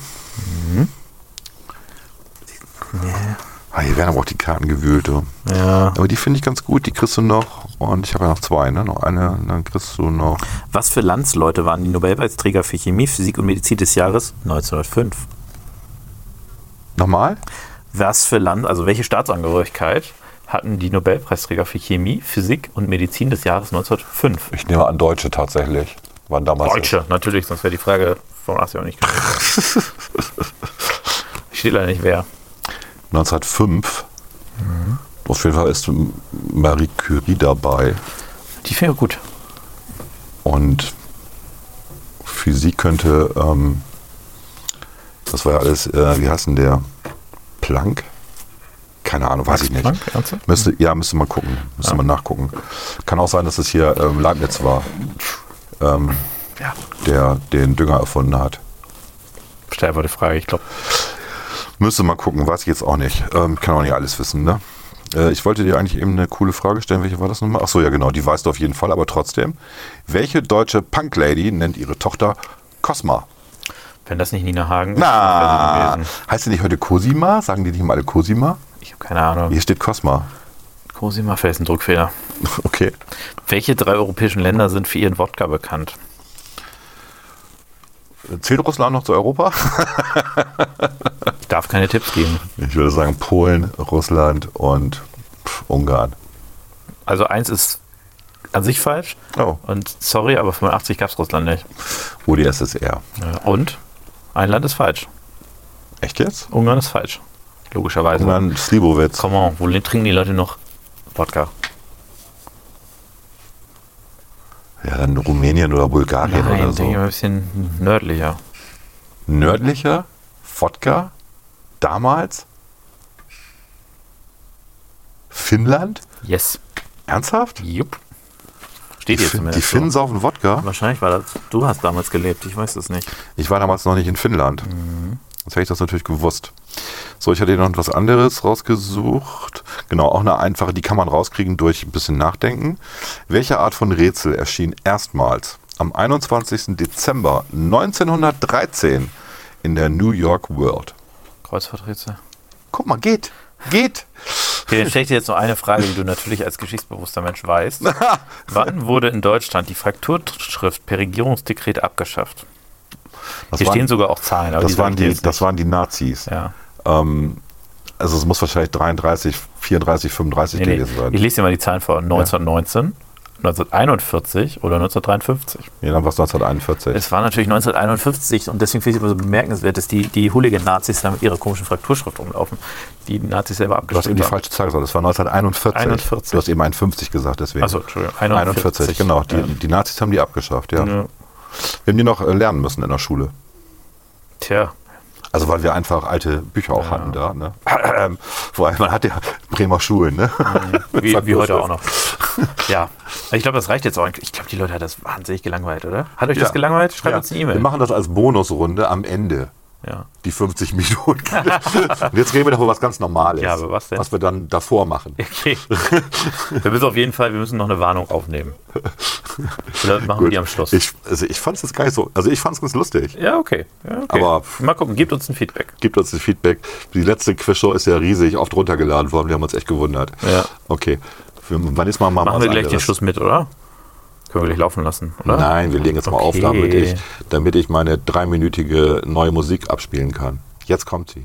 Ah, hier werden aber auch die Karten gewühlt. Du. Ja. Aber die finde ich ganz gut, die kriegst du noch. Und ich habe ja noch zwei, ne? Noch eine, dann kriegst du noch. Was für Landsleute waren die Nobelpreisträger für Chemie, Physik und Medizin des Jahres neunzehnhundertfünf? Nochmal? Was für Land, also welche Staatsangehörigkeit hatten die Nobelpreisträger für Chemie, Physik und Medizin des Jahres neunzehnhundertfünf? Ich nehme an Deutsche tatsächlich. Waren damals. Deutsche, natürlich, sonst wäre die Frage vom Ast ja auch nicht gewesen. Steht leider nicht wer. neunzehnhundertfünf. Auf jeden Fall ist Marie Curie dabei. Die finde ich gut. Und Physik könnte, ähm, das war ja alles, äh, wie heißt denn der? Planck? Keine Ahnung, weiß ich nicht. Planck, ernsthaft? Müsste, ja, müsste man gucken. Müsste man nachgucken. Kann auch sein, dass es hier ähm, Leibniz war, ähm, Ja. der den Dünger erfunden hat. Stell einfach die Frage, ich glaube. Müsste man gucken, weiß ich jetzt auch nicht. Ähm, kann auch nicht alles wissen, ne? Äh, ich wollte dir eigentlich eben eine coole Frage stellen. Welche war das nochmal? Achso, ja genau, die weißt du auf jeden Fall, aber trotzdem. Welche deutsche Punk-Lady nennt ihre Tochter Cosma? Wenn das nicht Nina Hagen Na, gewesen. heißt sie nicht heute Cosima? Sagen die nicht mal alle Cosima? Ich habe keine Ahnung. Hier steht Cosma. Cosima, vielleicht ist ein Druckfehler. Okay. Welche drei europäischen Länder sind für ihren Wodka bekannt? Zählt Russland noch zu Europa? Ich darf keine Tipps geben. Ich würde sagen Polen, Russland und pff, Ungarn. Also eins ist an sich falsch. Oh. Und sorry, aber fünfundachtzig gab es Russland nicht. U D S S R. Ja, und ein Land ist falsch. Echt jetzt? Ungarn ist falsch. Logischerweise. Ungarn, Slivovitz. Come on, wo trinken die Leute noch Wodka? Ja, dann Rumänien oder Bulgarien Nein, oder denke ich so. mal ein bisschen nördlicher. Nördlicher? Wodka? Damals? Finnland? Yes. Ernsthaft? Jupp. Die, Steht hier Fin- zumindest die Finnen so. saufen Wodka? Wahrscheinlich war das. Du hast damals gelebt, ich weiß es nicht. Ich war damals noch nicht in Finnland. Mhm. Sonst hätte ich das natürlich gewusst. So, ich hatte hier noch etwas anderes rausgesucht. Genau, auch eine einfache, die kann man rauskriegen durch ein bisschen Nachdenken. Welche Art von Rätsel erschien erstmals am einundzwanzigsten Dezember neunzehnhundertdreizehn in der New York World? Kreuzfahrträtsel. Guck mal, geht. Geht. Okay, dann stelle ich dir jetzt noch eine Frage, die du natürlich als geschichtsbewusster Mensch weißt. Wann wurde in Deutschland die Frakturschrift per Regierungsdekret abgeschafft? Das Hier waren, stehen sogar auch Zahlen. Aber das, die sag waren ich dir die, jetzt das nicht. waren die Nazis. Ja. Ähm, also es muss wahrscheinlich dreiunddreißig, vierunddreißig, fünfunddreißig Nee, nee. gewesen sein. Ich lese dir mal die Zahlen vor. neunzehnhundertneunzehn, neunzehnhunderteinundvierzig oder neunzehnhundertdreiundfünfzig. Ja, dann war es neunzehnhunderteinundvierzig. Es war natürlich neunzehnhunderteinundfünfzig und deswegen finde ich es immer so bemerkenswert, dass die, die Hooligan-Nazis da mit ihrer komischen Frakturschrift rumlaufen, die Nazis selber Du hast abgeschrieben eben die haben. falsche Zahl gesagt. Das war neunzehnhunderteinundvierzig. einundvierzig. Du hast eben einundfünfzig gesagt, deswegen. Achso, Entschuldigung. einundvierzig, genau. Die, Ja. die Nazis haben die abgeschafft, ja. Ja. Wir haben die noch äh, lernen müssen in der Schule. Tja, Also weil wir einfach alte Bücher auch Ja. hatten da. Ne? Ähm, vor allem, man hat ja Bremer Schulen. Ne? wie, wie heute auch noch. Ja, ich glaube, das reicht jetzt auch. Ich glaube, die Leute hat das wahnsinnig gelangweilt, oder? Hat euch Ja. das gelangweilt? Schreibt Ja. uns eine Wir E-Mail. machen das als Bonusrunde am Ende. Ja. Die fünfzig Minuten. Und jetzt reden wir doch über was ganz Normales. Ja, aber was denn? Was wir dann davor machen. Okay. Wir müssen auf jeden Fall, wir müssen noch eine Warnung aufnehmen. Oder machen wir Gut. die am Schluss? Ich, also ich fand es jetzt gar nicht so. Also ich fand es ganz lustig. ja, okay. Ja, okay. Aber- mal gucken, gebt uns ein Feedback. Gebt uns das Feedback. Die letzte Quizshow ist ja riesig oft runtergeladen worden. Wir haben uns echt gewundert. Ja. Okay. Für, wann ist mal mal Machen was wir gleich den anderes? Schluss mit, oder? Können wir gleich laufen lassen, oder? Nein, wir legen jetzt mal auf, Okay. damit ich, damit ich meine dreiminütige neue Musik abspielen kann. Jetzt kommt sie.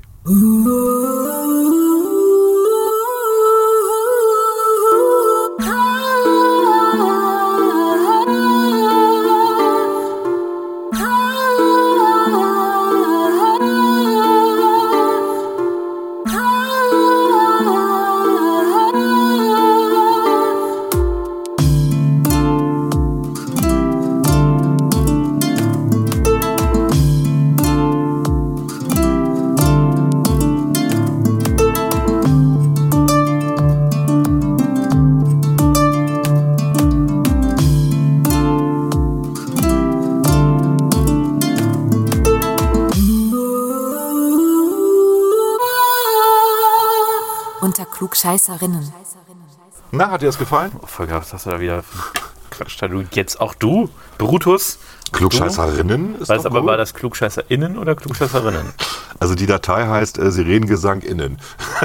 Klugscheißerinnen. Na, hat dir das gefallen? Oh, voll geil, was hast du da wieder für Quatsch? Da du jetzt auch du, Brutus. Klugscheißerinnen ist Weiß doch aber, gut. war das KlugscheißerInnen oder KlugscheißerInnen? Also die Datei heißt äh, Sirenengesang innen.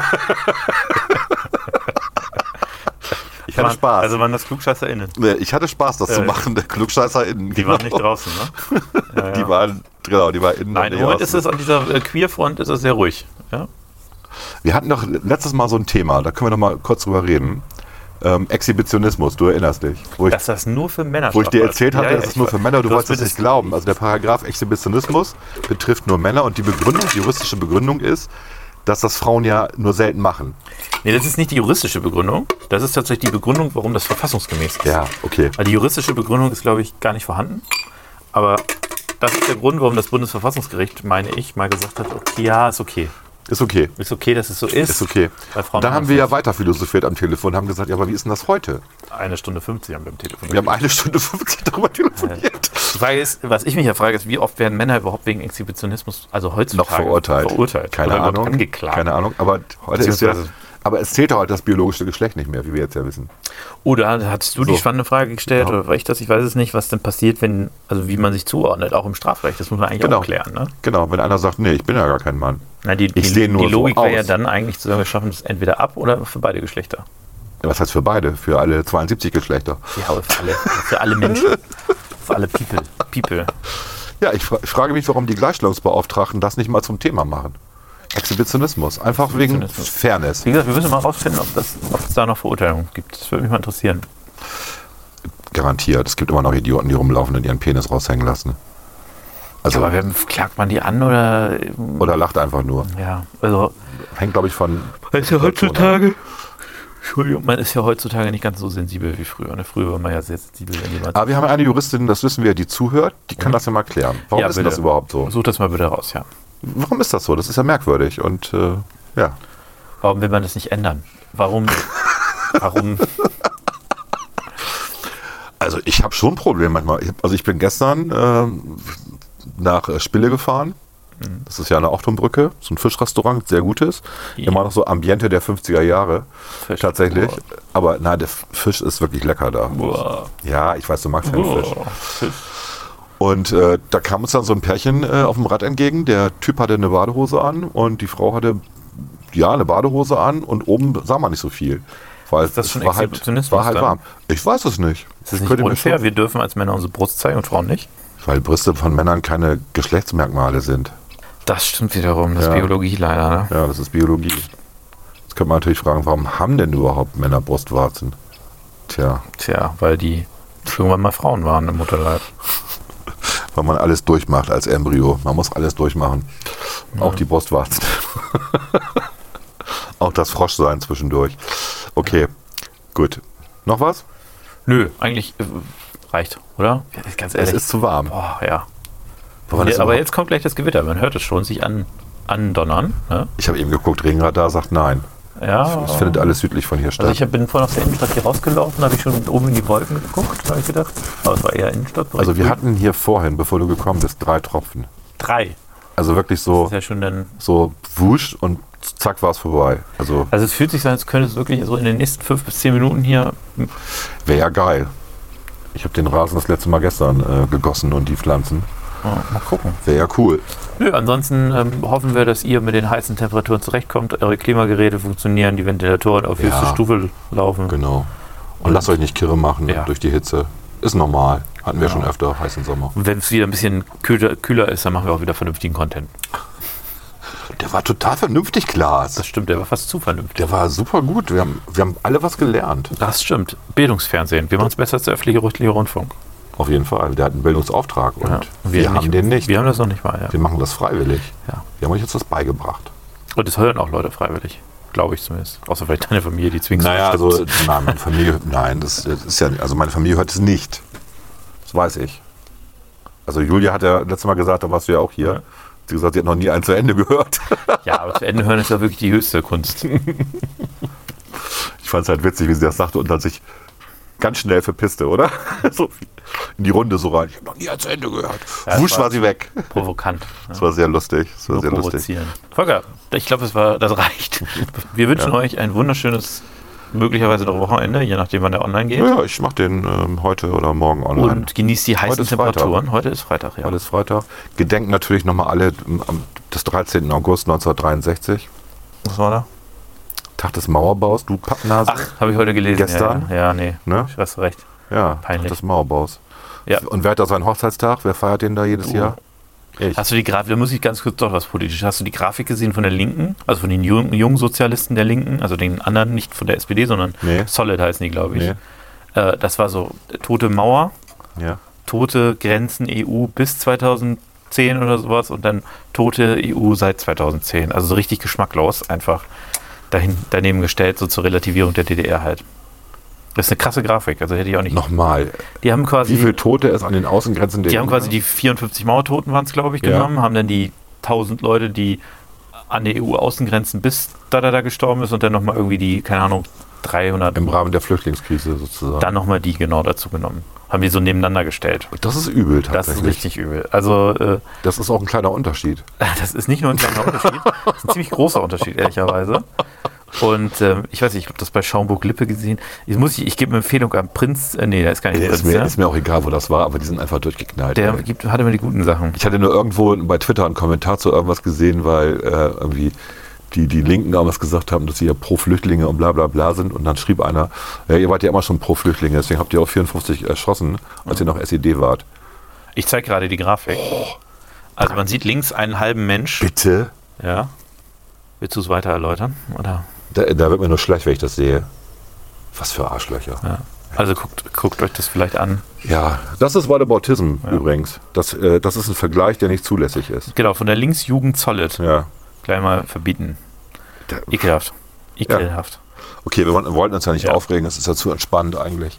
Ich hatte Man- Spaß. Also waren das KlugscheißerInnen. Nee, ich hatte Spaß, das zu Äh, machen. Der KlugscheißerInnen. Die waren nicht draußen, ne? Ja, ja. Die waren, genau, die waren innen. Nein, und im Moment nicht ist es außen. an dieser äh, Queer-Front ist es sehr ruhig. Ja? Wir hatten doch letztes Mal so ein Thema, da können wir noch mal kurz drüber reden. Ähm, Exhibitionismus, du erinnerst dich. Wo ich, Dass das nur für Männer wo ich dir strafbar erzählt ist. hatte, Ja, ja, das ist ich nur weiß. für Männer, du hast wolltest mir es nicht glauben. Also der Paragraph Exhibitionismus betrifft nur Männer und die Begründung, die juristische Begründung ist, dass das Frauen ja nur selten machen. Nee, das ist nicht die juristische Begründung. Das ist tatsächlich die Begründung, warum das verfassungsgemäß ist. Ja, okay. Weil die juristische Begründung ist, glaube ich, gar nicht vorhanden. Aber das ist der Grund, warum das Bundesverfassungsgericht, meine ich, mal gesagt hat, okay, ja, ist okay. Ist okay. Ist okay, dass es so ist. Ist okay. Bei Frauen Und dann haben ist wir es ja weiter philosophiert am Telefon und haben gesagt, ja, aber wie ist denn das heute? eine Stunde fünfzig haben wir am Telefon. Wir haben eine Stunde fünfzig darüber telefoniert. Die Frage ist, was ich mich ja frage, ist, wie oft werden Männer überhaupt wegen Exhibitionismus, also heutzutage, Noch verurteilt. verurteilt Keine oder überhaupt Ahnung. angeklagt? Keine Ahnung. Aber heute ist ja, Beziehungsweise- aber es zählt doch halt das biologische Geschlecht nicht mehr, wie wir jetzt ja wissen. Oder hattest du die So. spannende Frage gestellt, Ja. oder war ich das? Ich weiß es nicht, was denn passiert, wenn, also wie man sich zuordnet, auch im Strafrecht. Das muss man eigentlich Genau. auch klären, ne? Genau, wenn einer sagt, nee, ich bin ja gar kein Mann. Na, die, Ich die, sehe nur die Logik so wäre ja aus. dann eigentlich zu sagen, wir schaffen das entweder ab oder für beide Geschlechter. Ja, was heißt für beide? Für alle zweiundsiebzig Geschlechter. Ja, aber für alle, für alle Menschen. Für alle People. People. Ja, ich, fra ich frage mich, warum die Gleichstellungsbeauftragten das nicht mal zum Thema machen. Exhibitionismus. Einfach wegen Exhibitionismus. Fairness. Wie gesagt, wir müssen mal rausfinden, ob, das, ob es da noch Verurteilungen gibt. Das würde mich mal interessieren. Garantiert. Es gibt immer noch Idioten, die rumlaufen und ihren Penis raushängen lassen. Also, Aber wer, klagt man die an oder? oder lacht einfach nur. Ja, also. Hängt, glaube ich, von... Man ist ja heutzutage. Entschuldigung, man ist ja heutzutage nicht ganz so sensibel wie früher. Ne? Früher war man ja sehr sensibel, wenn jemand. Aber wir haben eine Juristin, das wissen wir, die zuhört, die kann das ja mal klären. Warum Ja, ist denn bitte. das überhaupt so? Such das mal bitte raus, ja. Warum ist das so? Das ist ja merkwürdig. Und äh, ja. Warum will man das nicht ändern? Warum? Warum? Also ich habe schon ein Problem manchmal. Ich hab, also ich bin gestern ähm, nach äh, Spille gefahren. Das ist ja eine Ochtumbrücke, so ein Fischrestaurant, sehr gutes. Ja. Immer noch so Ambiente der fünfziger Jahre. Fisch. Tatsächlich. Boah. Aber nein, der Fisch ist wirklich lecker da. Boah. Ja, ich weiß, du magst keinen Fisch. Boah. Fisch. Und äh, da kam uns dann so ein Pärchen äh, auf dem Rad entgegen. Der Typ hatte eine Badehose an und die Frau hatte ja eine Badehose an und oben sah man nicht so viel. Weil Ist das es schon war halt, Exhibitionismus war halt dann? warm. Ich weiß es nicht. Ist das Ich nicht könnte mir unfair? schon- Wir dürfen als Männer unsere Brust zeigen und Frauen nicht? Weil Brüste von Männern keine Geschlechtsmerkmale sind. Das stimmt wiederum. Das Ja. ist Biologie leider. Ne? Ja, das ist Biologie. Jetzt könnte man natürlich fragen, warum haben denn überhaupt Männer Brustwarzen? Tja, Tja, weil die irgendwann mal Frauen waren im Mutterleib. weil man alles durchmacht als Embryo. Man muss alles durchmachen. Auch die Brustwarzen. Auch das Froschsein zwischendurch. Okay, gut. Noch was? Nö, eigentlich äh, reicht, oder? Ja, ganz ehrlich. Es ist zu warm. Boah, ja. Woran ist Ja, aber überhaupt- jetzt kommt gleich das Gewitter. Man hört es schon, sich an, andonnern. Ne? Ich habe eben geguckt, Regenradar sagt nein. Ja. Es findet alles südlich von hier statt. Also ich hab- bin vorhin aus der Innenstadt hier rausgelaufen, habe ich schon oben in die Wolken geguckt, habe ich gedacht. Aber es war eher Innenstadt. Also wir hatten hier vorhin, bevor du gekommen bist, drei Tropfen. drei. Also wirklich Das so, ist ja schon dann. so wusch und zack war es vorbei. Also Also es fühlt sich so an, als könnte es wirklich so in den nächsten fünf bis zehn Minuten hier. wäre ja geil. Ich habe den Rasen das letzte Mal gestern äh, gegossen und die Pflanzen. Oh, mal gucken. Wäre ja cool. Nö, ansonsten ähm, hoffen wir, dass ihr mit den heißen Temperaturen zurechtkommt, eure Klimageräte funktionieren, die Ventilatoren auf höchste Ja. Stufe laufen. Genau. Und lasst euch nicht kirre machen Ja. durch die Hitze. Ist normal. Hatten wir Ja. schon öfter, heißen Sommer. Und wenn es wieder ein bisschen kühler, kühler ist, dann machen wir auch wieder vernünftigen Content. Der war total vernünftig, Klaas. Das stimmt, der war fast zu vernünftig. Der war super gut. Wir haben, wir haben alle was gelernt. Das stimmt. Bildungsfernsehen. Wir machen es besser als der öffentliche rechtliche Rundfunk. Auf jeden Fall. Der hat einen Bildungsauftrag und Ja. wir, haben den nicht. Wir haben das noch nicht mal, ja. Wir machen das freiwillig. Ja. Wir haben euch jetzt das beigebracht. Und das hören auch Leute freiwillig. Glaube ich zumindest. Außer vielleicht deine Familie, die zwingst. Naja, bestimmt. also nein, meine Familie, nein, das, das ist ja, also meine Familie hört es nicht. Das weiß ich. Also Julia hat ja letztes Mal gesagt, da warst du ja auch hier. Ja. Sie hat gesagt, sie hat noch nie einen zu Ende gehört. Ja, aber zu Ende hören ist ja wirklich die höchste Kunst. Ich fand es halt witzig, wie sie das sagte und dann sich ganz schnell verpisste, oder? So, in die Runde so rein. Ich habe noch nie zu Ende gehört. Ja, Wusch das war war sie weg. Provokant. Das war sehr lustig. Das war Nur sehr lustig. provozieren. Volker, ich glaube, es war, das reicht. Wir wünschen Ja. euch ein wunderschönes, möglicherweise noch Wochenende, je nachdem, wann der online geht. Ja, ich mache den ähm, heute oder morgen online. Und genießt die heißen Heute ist Freitag. Temperaturen. Heute ist Freitag, ja. Heute ist Freitag. Gedenken natürlich nochmal alle ähm, am des dreizehnten August neunzehnhundertdreiundsechzig. Was war da? Tag des Mauerbaus, du Pappnase. Ach, habe ich heute gelesen. Gestern? Ja, ja, ja nee. Ne? Ich hast recht. Ja, Peinlich. Tag des Mauerbaus. Ja. Und wer hat da seinen Hochzeitstag? Wer feiert den da jedes Oh. Jahr? Ich. Hast du die Grafik, da muss ich ganz kurz doch was politisch. Hast du die Grafik gesehen von der Linken, also von den jungen, jungen Sozialisten der Linken, also den anderen, nicht von der S P D, sondern Nee. Solid heißen die, glaube ich. Nee. Äh, das war so tote Mauer, Ja. tote Grenzen E U bis zweitausendzehn oder sowas und dann tote E U seit zweitausendzehn. Also so richtig geschmacklos einfach dahin, daneben gestellt, so zur Relativierung der D D R halt. Das ist eine krasse Grafik, also hätte ich auch nicht. Nochmal, Die haben quasi, wie viele Tote es an den Außengrenzen der die E U haben quasi gab? die vierundfünfzig Mauertoten waren es, glaube ich, Ja. genommen, haben dann die tausend Leute, die an der E U-Außengrenzen bis da, da, da gestorben ist und dann nochmal irgendwie die, keine Ahnung, dreihundert, Im Rahmen der Flüchtlingskrise sozusagen. dann nochmal die genau dazu genommen. Haben die so nebeneinander gestellt. Das ist übel Das ist tatsächlich. richtig übel. Also, äh, Das ist auch ein kleiner Unterschied. das ist nicht nur ein kleiner Unterschied, das ist ein ziemlich großer Unterschied, ehrlicherweise. Und ähm, ich weiß nicht, ich habe das bei Schaumburg-Lippe gesehen. Ich, muss, ich, ich gebe eine Empfehlung an Prinz, äh, nee, der ist gar nicht Ist Prinz, mir, ne? ist mir auch egal, wo das war, aber die sind einfach durchgeknallt. Der ey. gibt, hat immer die guten Sachen. Ich hatte nur irgendwo bei Twitter einen Kommentar zu irgendwas gesehen, weil äh, irgendwie die, die Linken damals gesagt haben, dass sie ja pro Flüchtlinge und bla bla bla sind. Und dann schrieb einer, ja, ihr wart ja immer schon pro Flüchtlinge, deswegen habt ihr auch vierundfünfzig erschossen, als ihr noch S E D wart. Ich zeige gerade die Grafik. Also man sieht links einen halben Mensch. Bitte? Ja. Willst du es weiter erläutern? Oder? Da, da wird mir nur schlecht, wenn ich das sehe. Was für Arschlöcher. Ja. Also guckt, guckt euch das vielleicht an. Ja, das ist Whataboutism übrigens. Das, äh, das ist ein Vergleich, der nicht zulässig ist. Genau, von der Linksjugend Solid. Ja. Gleich mal verbieten. Da- Ekelhaft. Ekelhaft. Okay, wir wollten, wollten uns ja nicht Ja. aufregen, es ist ja zu entspannt eigentlich.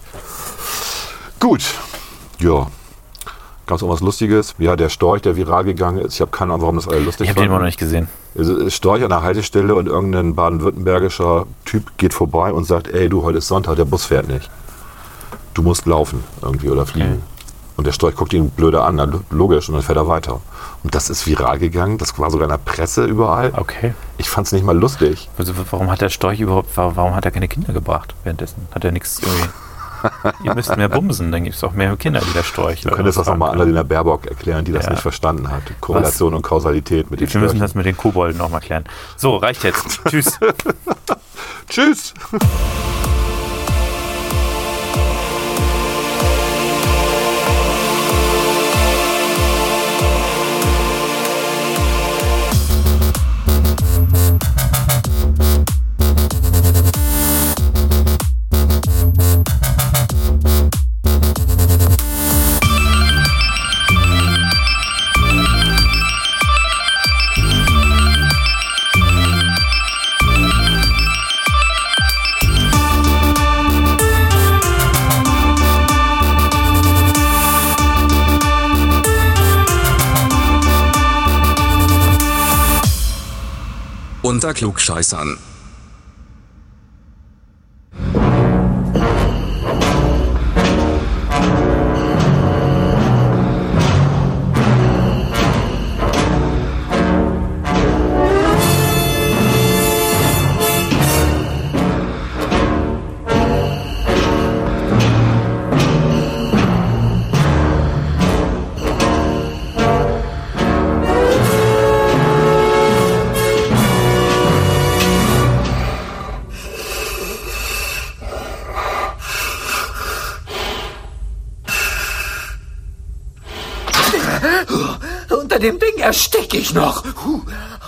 Gut. Ja. Gab es irgendwas Lustiges? Ja, der Storch, der viral gegangen ist. Ich habe keine Ahnung, warum das alle lustig Ich habe den immer noch nicht gesehen. Also, Storch an der Haltestelle und irgendein baden-württembergischer Typ geht vorbei und sagt, ey du, heute ist Sonntag, der Bus fährt nicht. Du musst laufen irgendwie oder fliegen. Okay. Und der Storch guckt ihn blöde an, na, logisch, und dann fährt er weiter. Und das ist viral gegangen, das war sogar in der Presse überall. Okay. Ich fand es nicht mal lustig. Also warum hat der Storch überhaupt, warum hat er keine Kinder gebracht währenddessen? Hat er nichts irgendwie... Ihr müsst mehr bumsen, dann gibt es auch mehr Kinder wie der Storch. Du könntest das nochmal Annalena Baerbock erklären, die das Ja. nicht verstanden hat. Korrelation und Kausalität mit den Wir müssen Störchen. das mit den Kobolden noch mal klären. So, reicht jetzt. Tschüss. Tschüss! Unter Klugscheißern. Unter dem Ding ersticke ich noch. Huh.